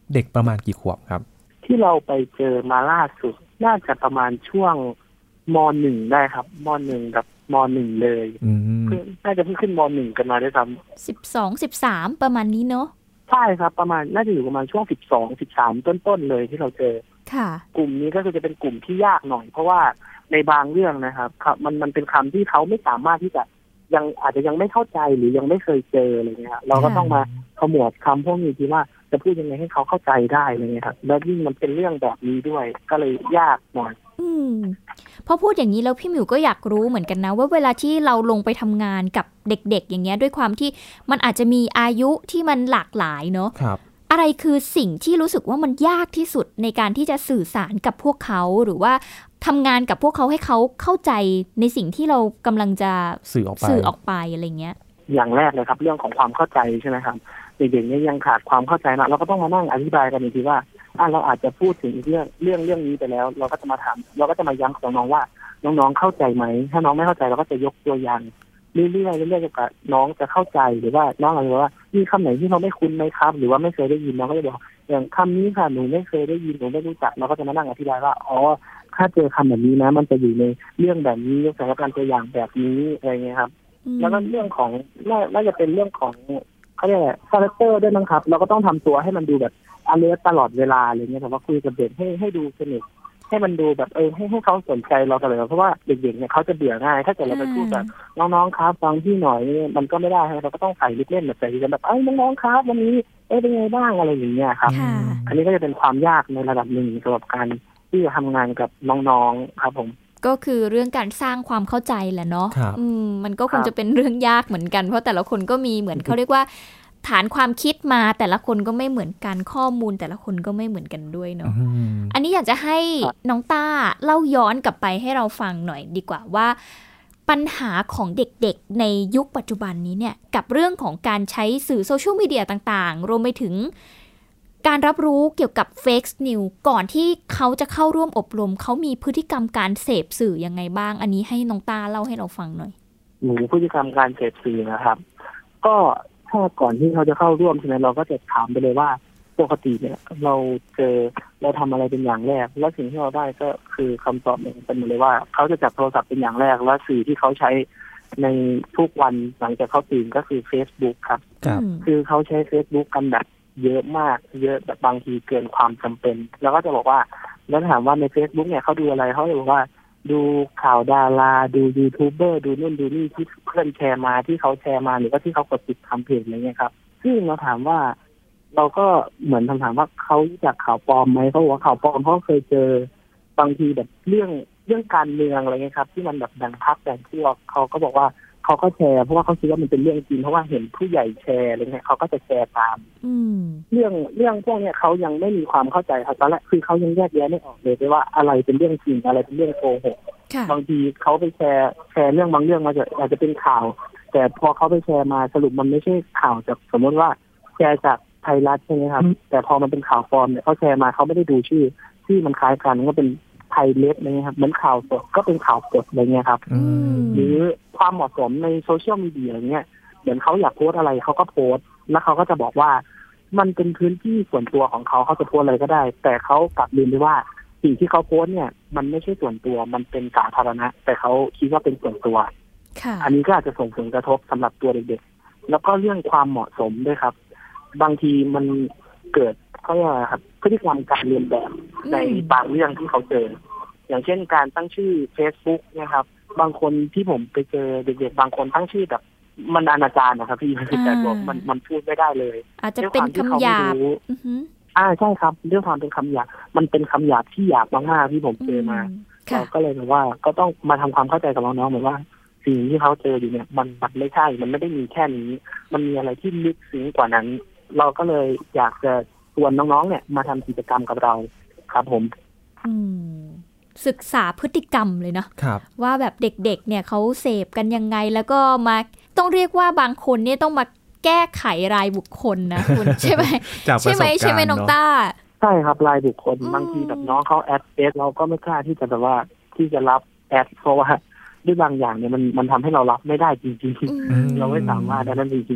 เด็กประมาณกี่ขวบครับที่เราไปเจอมาล่าสุดน่าจะประมาณช่วงม.หนึ่ง ได้ครับม.หนึ่ง กับม.หนึ่ง เลยน่าจะเพิ่งขึ้นม.หนึ่ง กันมาด้วยซ้ำสิบสอง สิบสามประมาณนี้เนาะใช่ครับประมาณน่าจะอยู่ประมาณช่วงสิบสอง สิบสามต้นๆเลยที่เราเจอค่ะกลุ่มนี้ก็คือจะเป็นกลุ่มที่ยากหน่อยเพราะว่าในบางเรื่องนะครับมันมันเป็นคำที่เขาไม่สามารถที่จะยังอาจจะยังไม่เข้าใจหรือยังไม่เคยเจออะไรเงี้ยเราก็ต้องมาขมวดคำพวกนี้ที่ว่าจะพูดยังไงให้เขาเข้าใจได้อะไรเงี้ยครับแล้วยิ่งมันเป็นเรื่องแบบนี้ด้วยก็เลยยากหน่อยอืมพอพูดอย่างนี้แล้วพี่หมิวก็อยากรู้เหมือนกันนะว่าเวลาที่เราลงไปทำงานกับเด็กๆอย่างเงี้ยด้วยความที่มันอาจจะมีอายุที่มันหลากหลายเนาะครับอะไรคือสิ่งที่รู้สึกว่ามันยากที่สุดในการที่จะสื่อสารกับพวกเขาหรือว่าทำงานกับพวกเขาให้เขาเข้าใจในสิ่งที่เรากำลังจะสื่อออกไปสื่อออกไปอะไรเงี้ยอย่างแรกเลยครับเรื่องของความเข้าใจใช่ไหมครับเด็กๆเนี่ยยังขาดความเข้าใจนะเราก็ต้องมานั่งอธิบายกันอีกทีว่าอ่ะเราอาจจะพูดถึงเรื่องเรื่องเรื่องนี้ไปแล้วเราก็จะมาถามเราก็จะมาย้ำกับน้องๆว่าน้องๆเข้าใจไหมถ้าน้องไม่เข้าใจเราก็จะยกตัวอย่างเรื่อยๆเรื่อยๆจนกว่าน้องจะเข้าใจหรือว่าน้องอาจจะว่ามีคำไหนที่เราไม่คุ้นไหมครับหรือว่าไม่เคยได้ยินน้องก็จะบอกอย่างคำนี้ค่ะหนูไม่เคยได้ยินหนูไม่รู้จักเราก็จะมานั่งอธิบายว่าอ๋อถ้าเจอคำแบบนี้นะมันจะอยู่ในเรื่องแบบนี้ยกสถานการณ์ตัวอย่างแบบนี้อะไรเงี้ยครับแล้วก็เรื่องของน่าจะเป็นเรื่องของเขาเรียกอะไรคาแรคเตอร์ด้วยนะครับเราก็ต้องทำตัวให้มันดูแบบอเลิร์ตตลอดเวลาอะไรเงี้ยแต่ว่าคุยกับเด็กให้ให้ดูสนุกให้มันดูแบบเออให้ให้เขาสนใจเราตลอดเพราะว่าเด็กๆเนี่ยเขาจะเบื่อง่ายถ้าเกิดเราไปพูดแบบน้องๆครับฟังพี่หน่อยมันก็ไม่ได้เราก็ต้องใส่ลิปเล่นแบบใส่กันแบบเอ้ยน้องๆครับวันนี้เอ้ยเป็นไงบ้างอะไรอย่างเงี้ยครับอันนี้ก็จะเป็นความยากในระดับหนึ่งสำหรับการที่จะทำงานกับน้องๆครับผมก็คือเรื่องการสร้างความเข้าใจแหละเนาะอืมมันก็คงจะเป็นเรื่องยากเหมือนกันเพราะแต่ละคนก็มีเหมือนเขาเรียกว่าฐานความคิดมาแต่ละคนก็ไม่เหมือนกันข้อมูลแต่ละคนก็ไม่เหมือนกันด้วยเนาะอันนี้อยากจะให้น้องต้าเล่าย้อนกลับไปให้เราฟังหน่อยดีกว่าว่าปัญหาของเด็กๆในยุคปัจจุบันนี้เนี่ยกับเรื่องของการใช้สื่อโซเชียลมีเดียต่างๆรวมไปถึงการรับรู้เกี่ยวกับเฟกซ์นิวก่อนที่เขาจะเข้าร่วมอบรมเขามีพฤติกรรมการเสพสื่อยังไงบ้างอันนี้ให้น้องต้าเล่าให้เราฟังหน่อยหนูพฤติกรรมการเสพสื่อนะครับก็ถ้าก่อนที่เขาจะเข้าร่วมใช่ไหมเราก็จะถามไปเลยว่าปกติเนี่ยเราเจอเราทำอะไรเป็นอย่างแรกแล้วสิ่งที่เราได้ก็คือคำตอบเนี่ยเป็นเลยว่าเขาจะจับโทรศัพท์เป็นอย่างแรกแล้วสื่อที่เขาใช้ในทุกวันหลังจากเขาตื่นก็คือ Facebook ครับคือเขาใช้ Facebook กันแบบเยอะมากเยอะแบบบางทีเกินความจำเป็นแล้วก็จะบอกว่าแล้วถามว่าใน Facebook เนี่ยเขาดูอะไรเขาจะบอกว่าดูข่าวดาราดูยูทูบเบอร์ดูนู่นดูนี่ที่เพื่อนแชร์มาที่เขาแชร์มาหรือว่าที่เขากดติดตามเพจอะไรเงี้ยครับซึ่งเราถามว่าเราก็เหมือนคำถามว่าเขารู้จักข่าวปลอมไหมเขาบอกว่าข่าวปลอมเขาเคยเจอบางทีแบบเรื่องเรื่องการเมืองอะไรเงี้ยครับที่มันแบบแบ่งพรรคแบ่งพวกเขาก็บอกว่าเขาก็แชร์เพราะว่าเขาคิดว่ามันเป็นเรื่องจริงเพราะว่าเห็นผู้ใหญ่แชร์อะไรเงี้ยเขาก็จะแชร์ตามเรื่องเรื่องพวกเนี้ยเขายังไม่มีความเข้าใจครับตอนแรกคือเขายังแยกแยะไม่ออกเลยว่าอะไรเป็นเรื่องจริงอะไรเป็นเรื่องโกหกบางทีเขาไปแชร์แชร์เรื่องบางเรื่องมาจะอาจจะเป็นข่าวแต่พอเขาไปแชร์มาสรุปมันไม่ใช่ข่าวจากสมมติว่าแชร์จากไทยรัฐใช่ไหมครับแต่พอมันเป็นข่าวปลอมเนี่ยเขาแชร์มาเขาไม่ได้ดูชื่อที่มันคล้ายกันก็เป็นไทยเล็กอะไรเงี้ยครับเหมือนข่าวสดก็เป็นข่าวสดอะไรเงี้ยครับหรือความเหมาะสมในโซเชียลมีเดียอะไรเงี้ยเหมือนเขาอยากโพสอะไรเขาก็โพสแล้วเขาก็จะบอกว่ามันเป็นพื้นที่ส่วนตัวของเขาเขาจะโพสอะไรก็ได้แต่เขากลับลืมไปว่าสิ่งที่เขาโพสเนี่ยมันไม่ใช่ส่วนตัวมันเป็นสาธารณะแต่เขาคิดว่าเป็นส่วนตัวอันนี้ก็อาจจะส่งผลกระทบสำหรับตัวเด็กๆแล้วก็เรื่องความเหมาะสมด้วยครับบางทีมันเกิดเขาเรียกว่าครับพฤติกรรมการเรียนแบบในบางเรื่องที่เขาเจออย่างเช่นการตั้งชื่อ Facebook นะครับบางคนที่ผมไปเจอเด็กๆบางคนตั้งชื่อแบบมันอนาจารนะครับพี่แต่บอกมันมันพูดไม่ได้เลยอาจจะเป็นคำหยาบอ่าใช่ครับด้วยความเป็นคำหยาบมันเป็นคำหยาบที่หยาบมากๆที่ผมเจอมาเราก็เลยแบบว่าก็ต้องมาทำความเข้าใจกับน้องๆเหมือนว่าสิ่งที่เขาเจออยู่เนี่ยมันมันไม่ใช่มันไม่ได้มีแค่นี้มันมีอะไรที่ลึกซึ้งกว่านั้นเราก็เลยอยากจะชวนน้องๆเนี่ยมาทำกิจกรรมกับเราครับผมศึกษาพฤติกรรมเลยเนาะว่าแบบเด็กๆเนี่ยเขาเสพกันยังไงแล้วก็มาต้องเรียกว่าบางคนเนี่ยต้องมาแก้ไขรายบุคคลนะคุณใช่ไหมใช่ไหมใช่ไหมน้องต้าใช่ครับรายบุคคลบางทีแบบน้องเขาแอดเฟซเราก็ไม่กล้าที่จะแบบว่าที่จะรับแอดเพราะว่าด้วยบางอย่างเนี่ยมันมันทำให้เรารับไม่ได้จริงๆเราไม่สามารถได้นั่นจริงๆ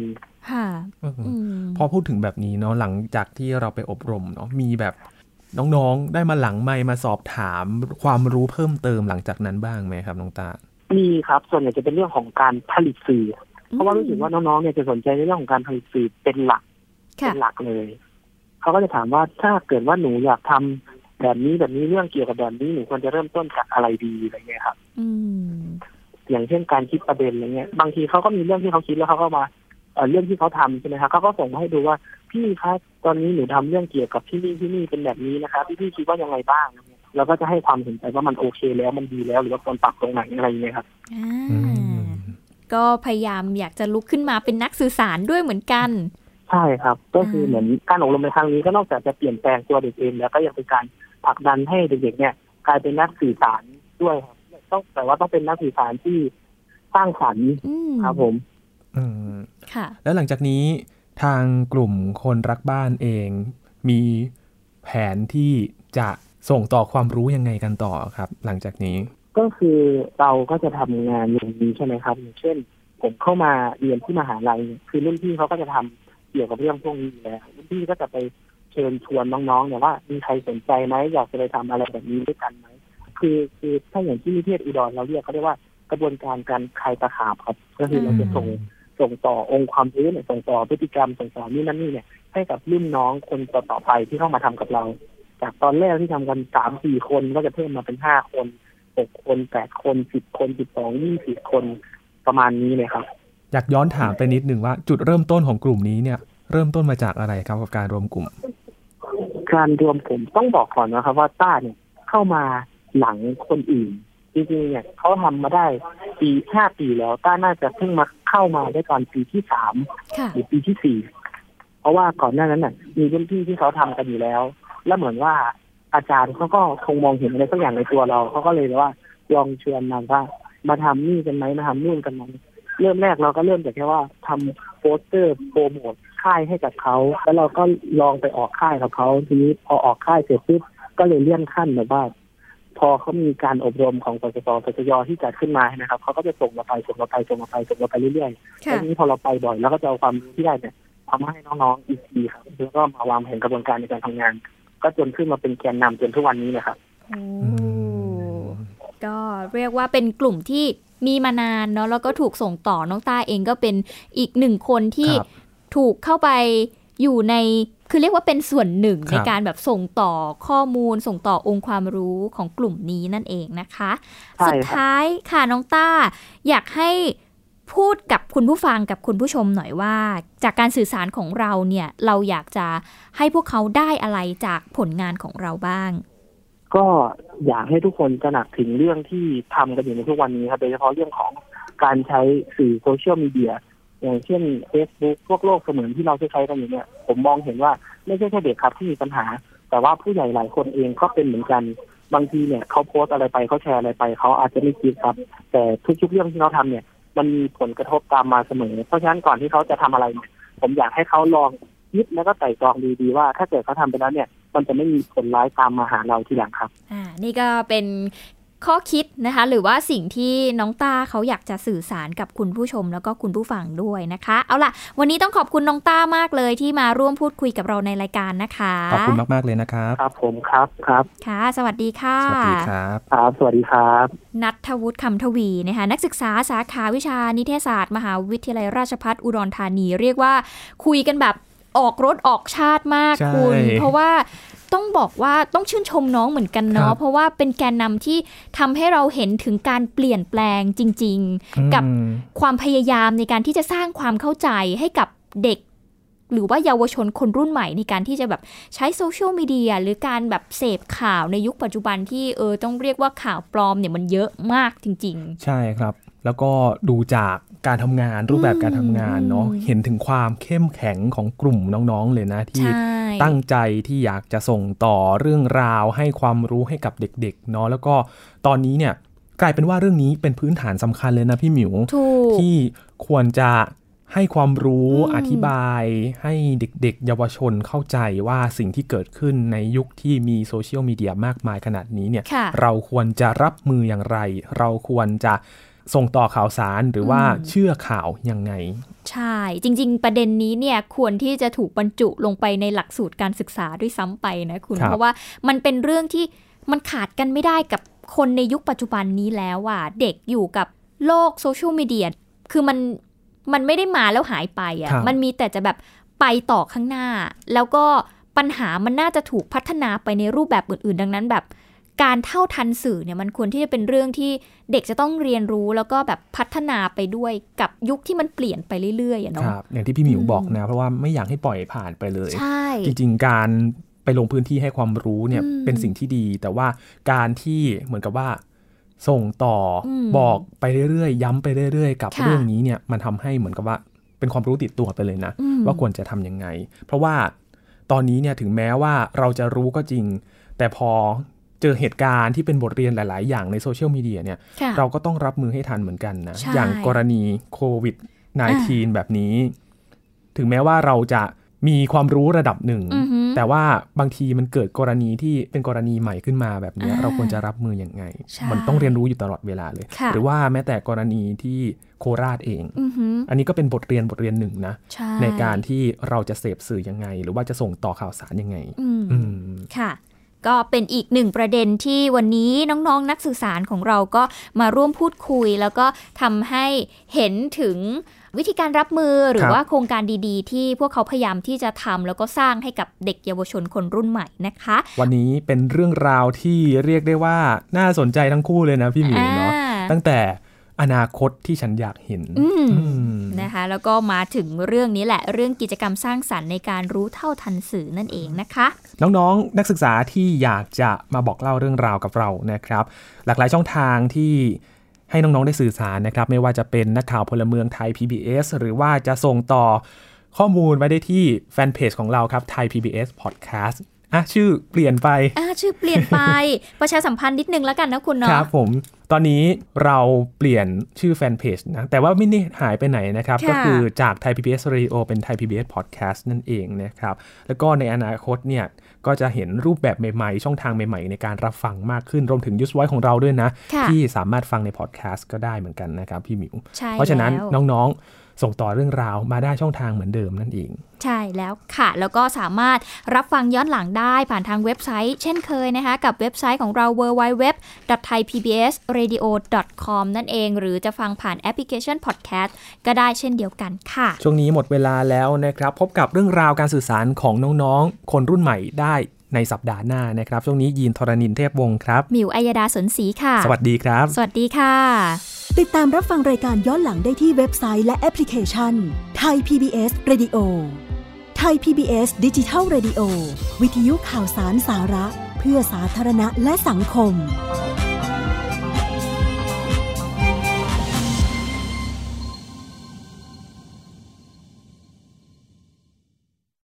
ค่ะพอพูดถึงแบบนี้เนาะหลังจากที่เราไปอบรมเนาะมีแบบน้องๆได้มาหลังไมค์มาสอบถามความรู้เพิ่มเติมหลังจากนั้นบ้างไหมครับน้องตามีครับส่วนใหญ่จะเป็นเรื่องของการผลิตสื่อเพราะว่ารู้สึกว่าน้องๆเนี่ยจะสนใจในเรื่องของการผลิตสื่อเป็นหลักเป็นหลักเลยเขาก็จะถามว่าถ้าเกิดว่าหนูอยากทำแบบนี้แบบนี้เรื่องเกี่ยวกับแบบนี้หนูควรจะเริ่มต้นจากอะไรดีอะไรเงี้ยครับอย่างเช่นการคิดประเด็นอะไรเงี้ยบางทีเขาก็มีเรื่องที่เขาคิดแล้วเขาก็มาเอ่อเรื่องที่เขาทำใช่ไหมครับเขาก็ส่งมาให้ดูว่าพี่ครับตอนนี้หนูทำเรื่องเกี่ยวกับที่นี่ที่นี่เป็นแบบนี้นะครับพี่พี่คิดว่ายังไงบ้างเราก็จะให้ความเห็นใจว่ามันโอเคแล้วมันดีแล้วหรือว่าควรปรับตรงไหนอะไรอย่างเงี้ยครับก็พยายามอยากจะลุกขึ้นมาเป็นนักสื่อสารด้วยเหมือนกันใช่ครับก็คือเหมือนการอบรมในครั้งนี้ก็นอกจากจะเปลี่ยนแปลงตัวเด็กเองแล้วก็ยังเป็นการผลักดันให้เด็กๆเนี่ยกลายเป็นนักสื่อสารด้วยครับต้องแต่ว่าต้องเป็นนักสื่อสารที่สร้างสรรค์ครับผมอืมค่ะแล้วหลังจากนี้ทางกลุ่มคนรักบ้านเองมีแผนที่จะส่งต่อความรู้ยังไงกันต่อครับหลังจากนี้ก็คือเราก็จะทำงานอย่างนี้ใช่ไหมครับอย่างเช่นผมเข้ามาเรียนที่มหาลัยคือรุ่นพี่เขาก็จะทำเกี่ยวกับเรื่องพวกนี้แล้วรุ่นพี่ก็จะไปเชิญชวนน้องๆเนี่ยว่ามีใครสนใจไหมอยากจะไปทำอะไรแบบนี้ด้วยกันไหมคือคือถ้าอย่างที่นิเทศอุดรเราเรียกเขาเรียกว่ากระบวนการการคลายตะขาบครับก็คือเราจะส่งส่งต่อองค์ความรู้เนี่ยส่งต่อพฤติกรรมส่งต่อนี่นั่นนี่เนี่ยให้กับรุ่นน้องคนต่อๆไปที่เข้ามาทำกับเราจากตอนแรกที่ทำกันสามสี่คนก็จะเพิ่มมาเป็นห้าคนหกคนแปดคนสิบคนสิบสองยี่สิบคนประมาณนี้เลยครับอยากย้อนถามไปนิดหนึ่งว่าจุดเริ่มต้นของกลุ่มนี้เนี่ยเริ่มต้นมาจากอะไรครับกับการรวมกลุ่มการรวมกลุ่มต้องบอกก่อนนะครับว่าต้าเนี่ยเข้ามาหลังคนอื่นจริงๆเนี่ยเขาทำมาได้ปีห้าปีแล้วต้าน่าจะเพิ่งมาเข้ามาได้ตอนปีที่สามหรือปีที่สี่เพราะว่าก่อนหน้านั้นน่ะมีรุ่นพี่ที่เขาทำกันอยู่แล้วแล้วเหมือนว่าอาจารย์เขาก็คงมองเห็นอะไรสักอย่างในตัวเราเขาก็เลยว่าลองชวนมาว่ามาทำนี่กันไหมมาทำนู่นกันไหมเริ่มแรกเราก็เริ่มจากแค่ว่าทำโปสเตอร์โปรโมทค่ายให้กับเขาแล้วเราก็ลองไปออกค่ายกับเขาทีนี้พอออกค่ายเสร็จปุ๊บก็เลยเลื่อนขั้นแบบว่าพอเขามีการอบรมของสสสสยที่จัดขึ้นมานะครับเขาก็จะส่งเราไปส่งเราไปส่งเราไปส่งเราไปเรื่อยๆแล้วทีนี้พอเราไปบ่อยแล้วก็จะเอาความรู้ที่ได้เนี่ยทำให้น้องๆอีกทีครับแล้วก็มาวางแผนกระบวนการในการทำงานก็จนขึ้นมาเป็นแกนนำจนทุกวันนี้เลยครับก็เรียกว่าเป็นกลุ่มที่มีมานานเนาะแล้วก็ถูกส่งต่อน้องต้าเองก็เป็นอีกหนึ่งคนที่ถูกเข้าไปอยู่ในคือเรียกว่าเป็นส่วนหนึ่งในการแบบส่งต่อข้อมูลส่งต่อองค์ความรู้ของกลุ่มนี้นั่นเองนะคะสุดท้ายค่ะน้องต้าอยากให้พูดกับคุณผู้ฟังกับคุณผู้ชมหน่อยว่าจากการสื่อสารของเราเนี่ยเราอยากจะให้พวกเขาได้อะไรจากผลงานของเราบ้างก็อยากให้ทุกคนตระหนักถึงเรื่องที่ทำกันอยู่ในทุกวันนี้ครับโดยเฉพาะเรื่องของการใช้สื่อโซเชียลมีเดียอย่างเช่น Facebook พวกโลกเสมือนที่เราใช้กันอยู่เนี่ยผมมองเห็นว่าไม่ใช่แค่เด็กครับที่มีปัญหาแต่ว่าผู้ใหญ่หลายคนเองก็เป็นเหมือนกันบางทีเนี่ยเขาโพสอะไรไปเขาแชร์อะไรไปเขาอาจจะไม่คิดครับแต่ทุกๆเรื่องที่เขาทำเนี่ยมันมีผลกระทบตามมาเสมอเพราะฉะนั้นก่อนที่เขาจะทำอะไรเนี่ยผมอยากให้เขาลองคิดแล้วก็ไต่ตรองดีๆว่าถ้าเกิดเขาทำไปแล้วเนี่ยมันจะไม่มีผลร้ายตามมาหาเราทีหลังครับอ่านี่ก็เป็นข้อคิดนะคะหรือว่าสิ่งที่น้องต้าเขาอยากจะสื่อสารกับคุณผู้ชมแล้วก็คุณผู้ฟังด้วยนะคะเอาล่ะวันนี้ต้องขอบคุณน้องต้ามากเลยที่มาร่วมพูดคุยกับเราในรายการนะคะขอบคุณมากๆเลยนะครับครับผมครับครับค่ะสวัสดีค่ะสวัสดีครับครับสวัสดีครับณัฐวุฒิคำทวีนะคะนักศึกษาสาขาวิชานิเทศศาสตร์มหาวิทยาลัยราชภัฏอุดรธานีเรียกว่าคุยกันแบบออกรถออกชาติมากคุณเพราะว่าต้องบอกว่าต้องชื่นชมน้องเหมือนกันเนาะเพราะว่าเป็นแกนนำที่ทำให้เราเห็นถึงการเปลี่ยนแปลงจริงๆกับความพยายามในการที่จะสร้างความเข้าใจให้กับเด็กหรือว่าเยาวชนคนรุ่นใหม่ในการที่จะแบบใช้โซเชียลมีเดียหรือการแบบเสพข่าวในยุคปัจจุบันที่เออต้องเรียกว่าข่าวปลอมเนี่ยมันเยอะมากจริงๆใช่ครับแล้วก็ดูจากการทำงานรูปแบบการทำงานเนาะเห็นถึงความเข้มแข็งของกลุ่มน้องๆเลยนะที่ตั้งใจที่อยากจะส่งต่อเรื่องราวให้ความรู้ให้กับเด็กๆเนาะแล้วก็ตอนนี้เนี่ยกลายเป็นว่าเรื่องนี้เป็นพื้นฐานสำคัญเลยนะพี่หมิวที่ควรจะให้ความรู้อธิบายให้เด็กๆเยาวชนเข้าใจว่าสิ่งที่เกิดขึ้นในยุคที่มีโซเชียลมีเดียมากมายขนาดนี้เนี่ยเราควรจะรับมืออย่างไรเราควรจะส่งต่อข่าวสารหรือว่าเชื่อข่าวยังไงใช่จริงๆประเด็นนี้เนี่ยควรที่จะถูกบรรจุลงไปในหลักสูตรการศึกษาด้วยซ้ำไปนะคุณเพราะว่ามันเป็นเรื่องที่มันขาดกันไม่ได้กับคนในยุคปัจจุบันนี้แล้วอ่ะเด็กอยู่กับโลกโซเชียลมีเดียคือมันมันไม่ได้มาแล้วหายไปอ่ะมันมีแต่จะแบบไปต่อข้างหน้าแล้วก็ปัญหามันน่าจะถูกพัฒนาไปในรูปแบบอื่นๆดังนั้นแบบการเท่าทันสื่อเนี่ยมันควรที่จะเป็นเรื่องที่เด็กจะต้องเรียนรู้แล้วก็แบบพัฒนาไปด้วยกับยุคที่มันเปลี่ยนไปเรื่อยๆเนาะครับอย่างที่พี่หมิวบอกนะเพราะว่าไม่อยากให้ปล่อยผ่านไปเลยจริงๆการไปลงพื้นที่ให้ความรู้เนี่ยเป็นสิ่งที่ดีแต่ว่าการที่เหมือนกับว่าส่งต่อบอกไปเรื่อยๆย้ำไปเรื่อยๆกับเรื่องนี้เนี่ยมันทำให้เหมือนกับว่าเป็นความรู้ติดตัวไปเลยนะว่าควรจะทำยังไงเพราะว่าตอนนี้เนี่ยถึงแม้ว่าเราจะรู้ก็จริงแต่พอเจอเหตุการณ์ที่เป็นบทเรียนหลายๆอย่างในโซเชียลมีเดียเนี่ยเราก็ต้องรับมือให้ทันเหมือนกันนะอย่างกรณีโควิด สิบเก้า แบบนี้ถึงแม้ว่าเราจะมีความรู้ระดับหนึ่งแต่ว่าบางทีมันเกิดกรณีที่เป็นกรณีใหม่ขึ้นมาแบบนี้เราควรจะรับมืออย่างไงมันต้องเรียนรู้อยู่ตลอดเวลาเลยหรือว่าแม้แต่กรณีที่โคราชเองอันนี้ก็เป็นบทเรียนบทเรียนหนึ่งนะ ใ, ในการที่เราจะเสพสื่อยังไงหรือว่าจะส่งต่อข่าวสารยังไงค่ะก็เป็นอีกหนึ่งประเด็นที่วันนี้น้องๆ น, นักสื่อสารของเราก็มาร่วมพูดคุยแล้วก็ทำให้เห็นถึงวิธีการรับมือหรือว่าโครงการดีๆที่พวกเขาพยายามที่จะทำแล้วก็สร้างให้กับเด็กเยาวชนคนรุ่นใหม่นะคะวันนี้เป็นเรื่องราวที่เรียกได้ว่าน่าสนใจทั้งคู่เลยนะพี่หมิวเนาะตั้งแต่อนาคตที่ฉันอยากเห็นนะคะแล้วก็มาถึงเรื่องนี้แหละเรื่องกิจกรรมสร้างสรรค์ในการรู้เท่าทันสื่อนั่นเองนะคะน้องๆนักศึกษาที่อยากจะมาบอกเล่าเรื่องราวกับเรานะครับหลากหลายช่องทางที่ให้น้องๆได้สื่อสารนะครับไม่ว่าจะเป็นนักข่าวพลเมืองไทย พี บี เอส หรือว่าจะส่งต่อข้อมูลไว้ได้ที่แฟนเพจของเราครับไทย พี บี เอส Podcast อ่ะชื่อเปลี่ยนไปอ่ะชื่อเปลี่ยนไป ประชาสัมพันธ์นิดนึงแล้วกันนะคุณเนาะครับผมตอนนี้เราเปลี่ยนชื่อแฟนเพจนะแต่ว่าไม่ได้หายไปไหนนะครับก็คือจาก Thai พี บี เอส Radio เป็น Thai พี บี เอส Podcast นั่นเองนะครับแล้วก็ในอนาคตเนี่ยก็จะเห็นรูปแบบใหม่ๆช่องทางใหม่ๆในการรับฟังมากขึ้นรวมถึง Use Voice ของเราด้วยนะที่สามารถฟังใน Podcast ก็ได้เหมือนกันนะครับพี่หมิวเพราะฉะนั้นน้องๆส่งต่อเรื่องราวมาได้ช่องทางเหมือนเดิมนั่นเองใช่แล้วค่ะแล้วก็สามารถรับฟังย้อนหลังได้ผ่านทางเว็บไซต์เช่นเคยนะคะกับเว็บไซต์ของเรา ดับเบิลยู ดับเบิลยู ดับเบิลยู ดอท ไทย พี บี เอส เรดิโอ ดอท คอม นั่นเองหรือจะฟังผ่านแอปพลิเคชัน Podcast ก็ได้เช่นเดียวกันค่ะช่วงนี้หมดเวลาแล้วนะครับพบกับเรื่องราวการสื่อสารของน้องๆคนรุ่นใหม่ได้ในสัปดาห์หน้านะครับช่วงนี้ยีนทรณินเทพวงศ์ครับมิวอัยดาสนศรีค่ะสวัสดีครับสวัสดีค่ะติดตามรับฟังรายการย้อนหลังได้ที่เว็บไซต์และแอปพลิเคชัน Thai พี บี เอส Radio Thai พี บี เอส Digital Radio วิทยุข่าวสารสาระเพื่อสาธารณะและสังคม